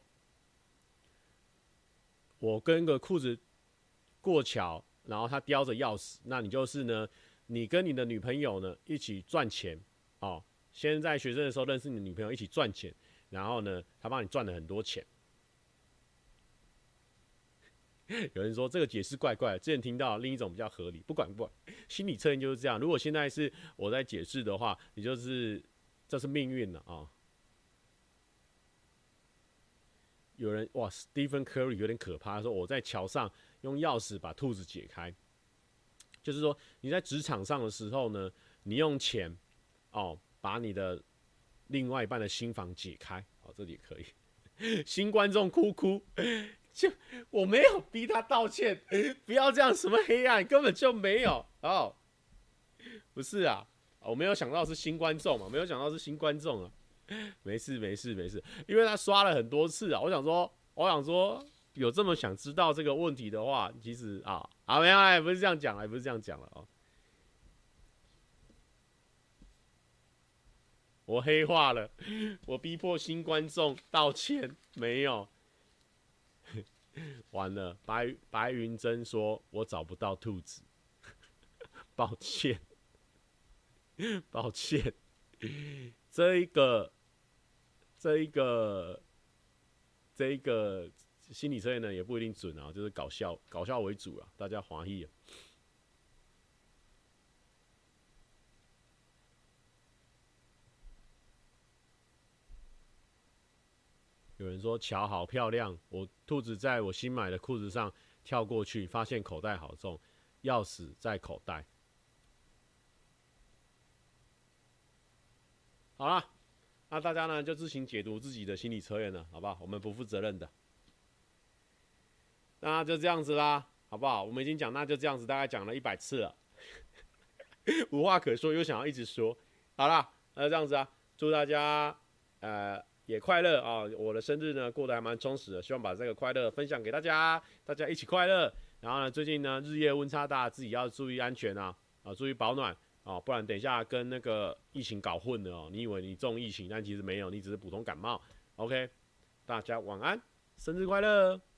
我跟个裤子过桥，然后他叼着钥匙，那你就是呢，你跟你的女朋友呢一起赚钱哦，先在学生的时候认识你的女朋友一起赚钱，然后呢，他帮你赚了很多钱。有人说这个解释怪怪的，之前听到另一种比较合理，不管不管，心理测验就是这样。如果现在是我在解释的话，你就是这是命运了啊、哦。 有人哇 ，Stephen Curry 有点可怕，他说我在桥上用钥匙把兔子解开，就是说你在职场上的时候呢，你用钱哦把你的另外一半的心房解开，哦，这里也可以。新观众哭哭，就我没有逼他道歉，不要这样，什么黑暗根本就没有哦，不是啊，我没有想到是新观众嘛，没有想到是新观众啊。没事没事没事，因为他刷了很多次啊。我想说，我想说，有这么想知道这个问题的话，其实啊，啊没有，哎，不是这样讲了，不是这样讲了哦。我黑化了，我逼迫新观众道歉，没有。完了，白白云珍说，我找不到兔子，抱歉，抱歉，这一个。这一个这一个心理测验呢，也不一定准啊，就是搞笑搞笑为主啊，大家欢喜啊。有人说桥好漂亮，我兔子在我新买的裤子上跳过去，发现口袋好重，钥匙在口袋。好啦。那大家呢就自行解读自己的心理测验了，好不好？我们不负责任的。那就这样子啦，好不好？我们已经讲那就这样子，大概讲了一百次了，无话可说，又想要一直说。好啦，那就这样子啊，祝大家呃也快乐啊！我的生日呢过得还蛮充实的，希望把这个快乐分享给大家，大家一起快乐。然后呢，最近呢日夜温差大，自己要注意安全啊，啊，注意保暖。哦，不然等一下跟那个疫情搞混了哦。你以为你中疫情，但其实没有，你只是普通感冒。OK， 大家晚安，生日快乐！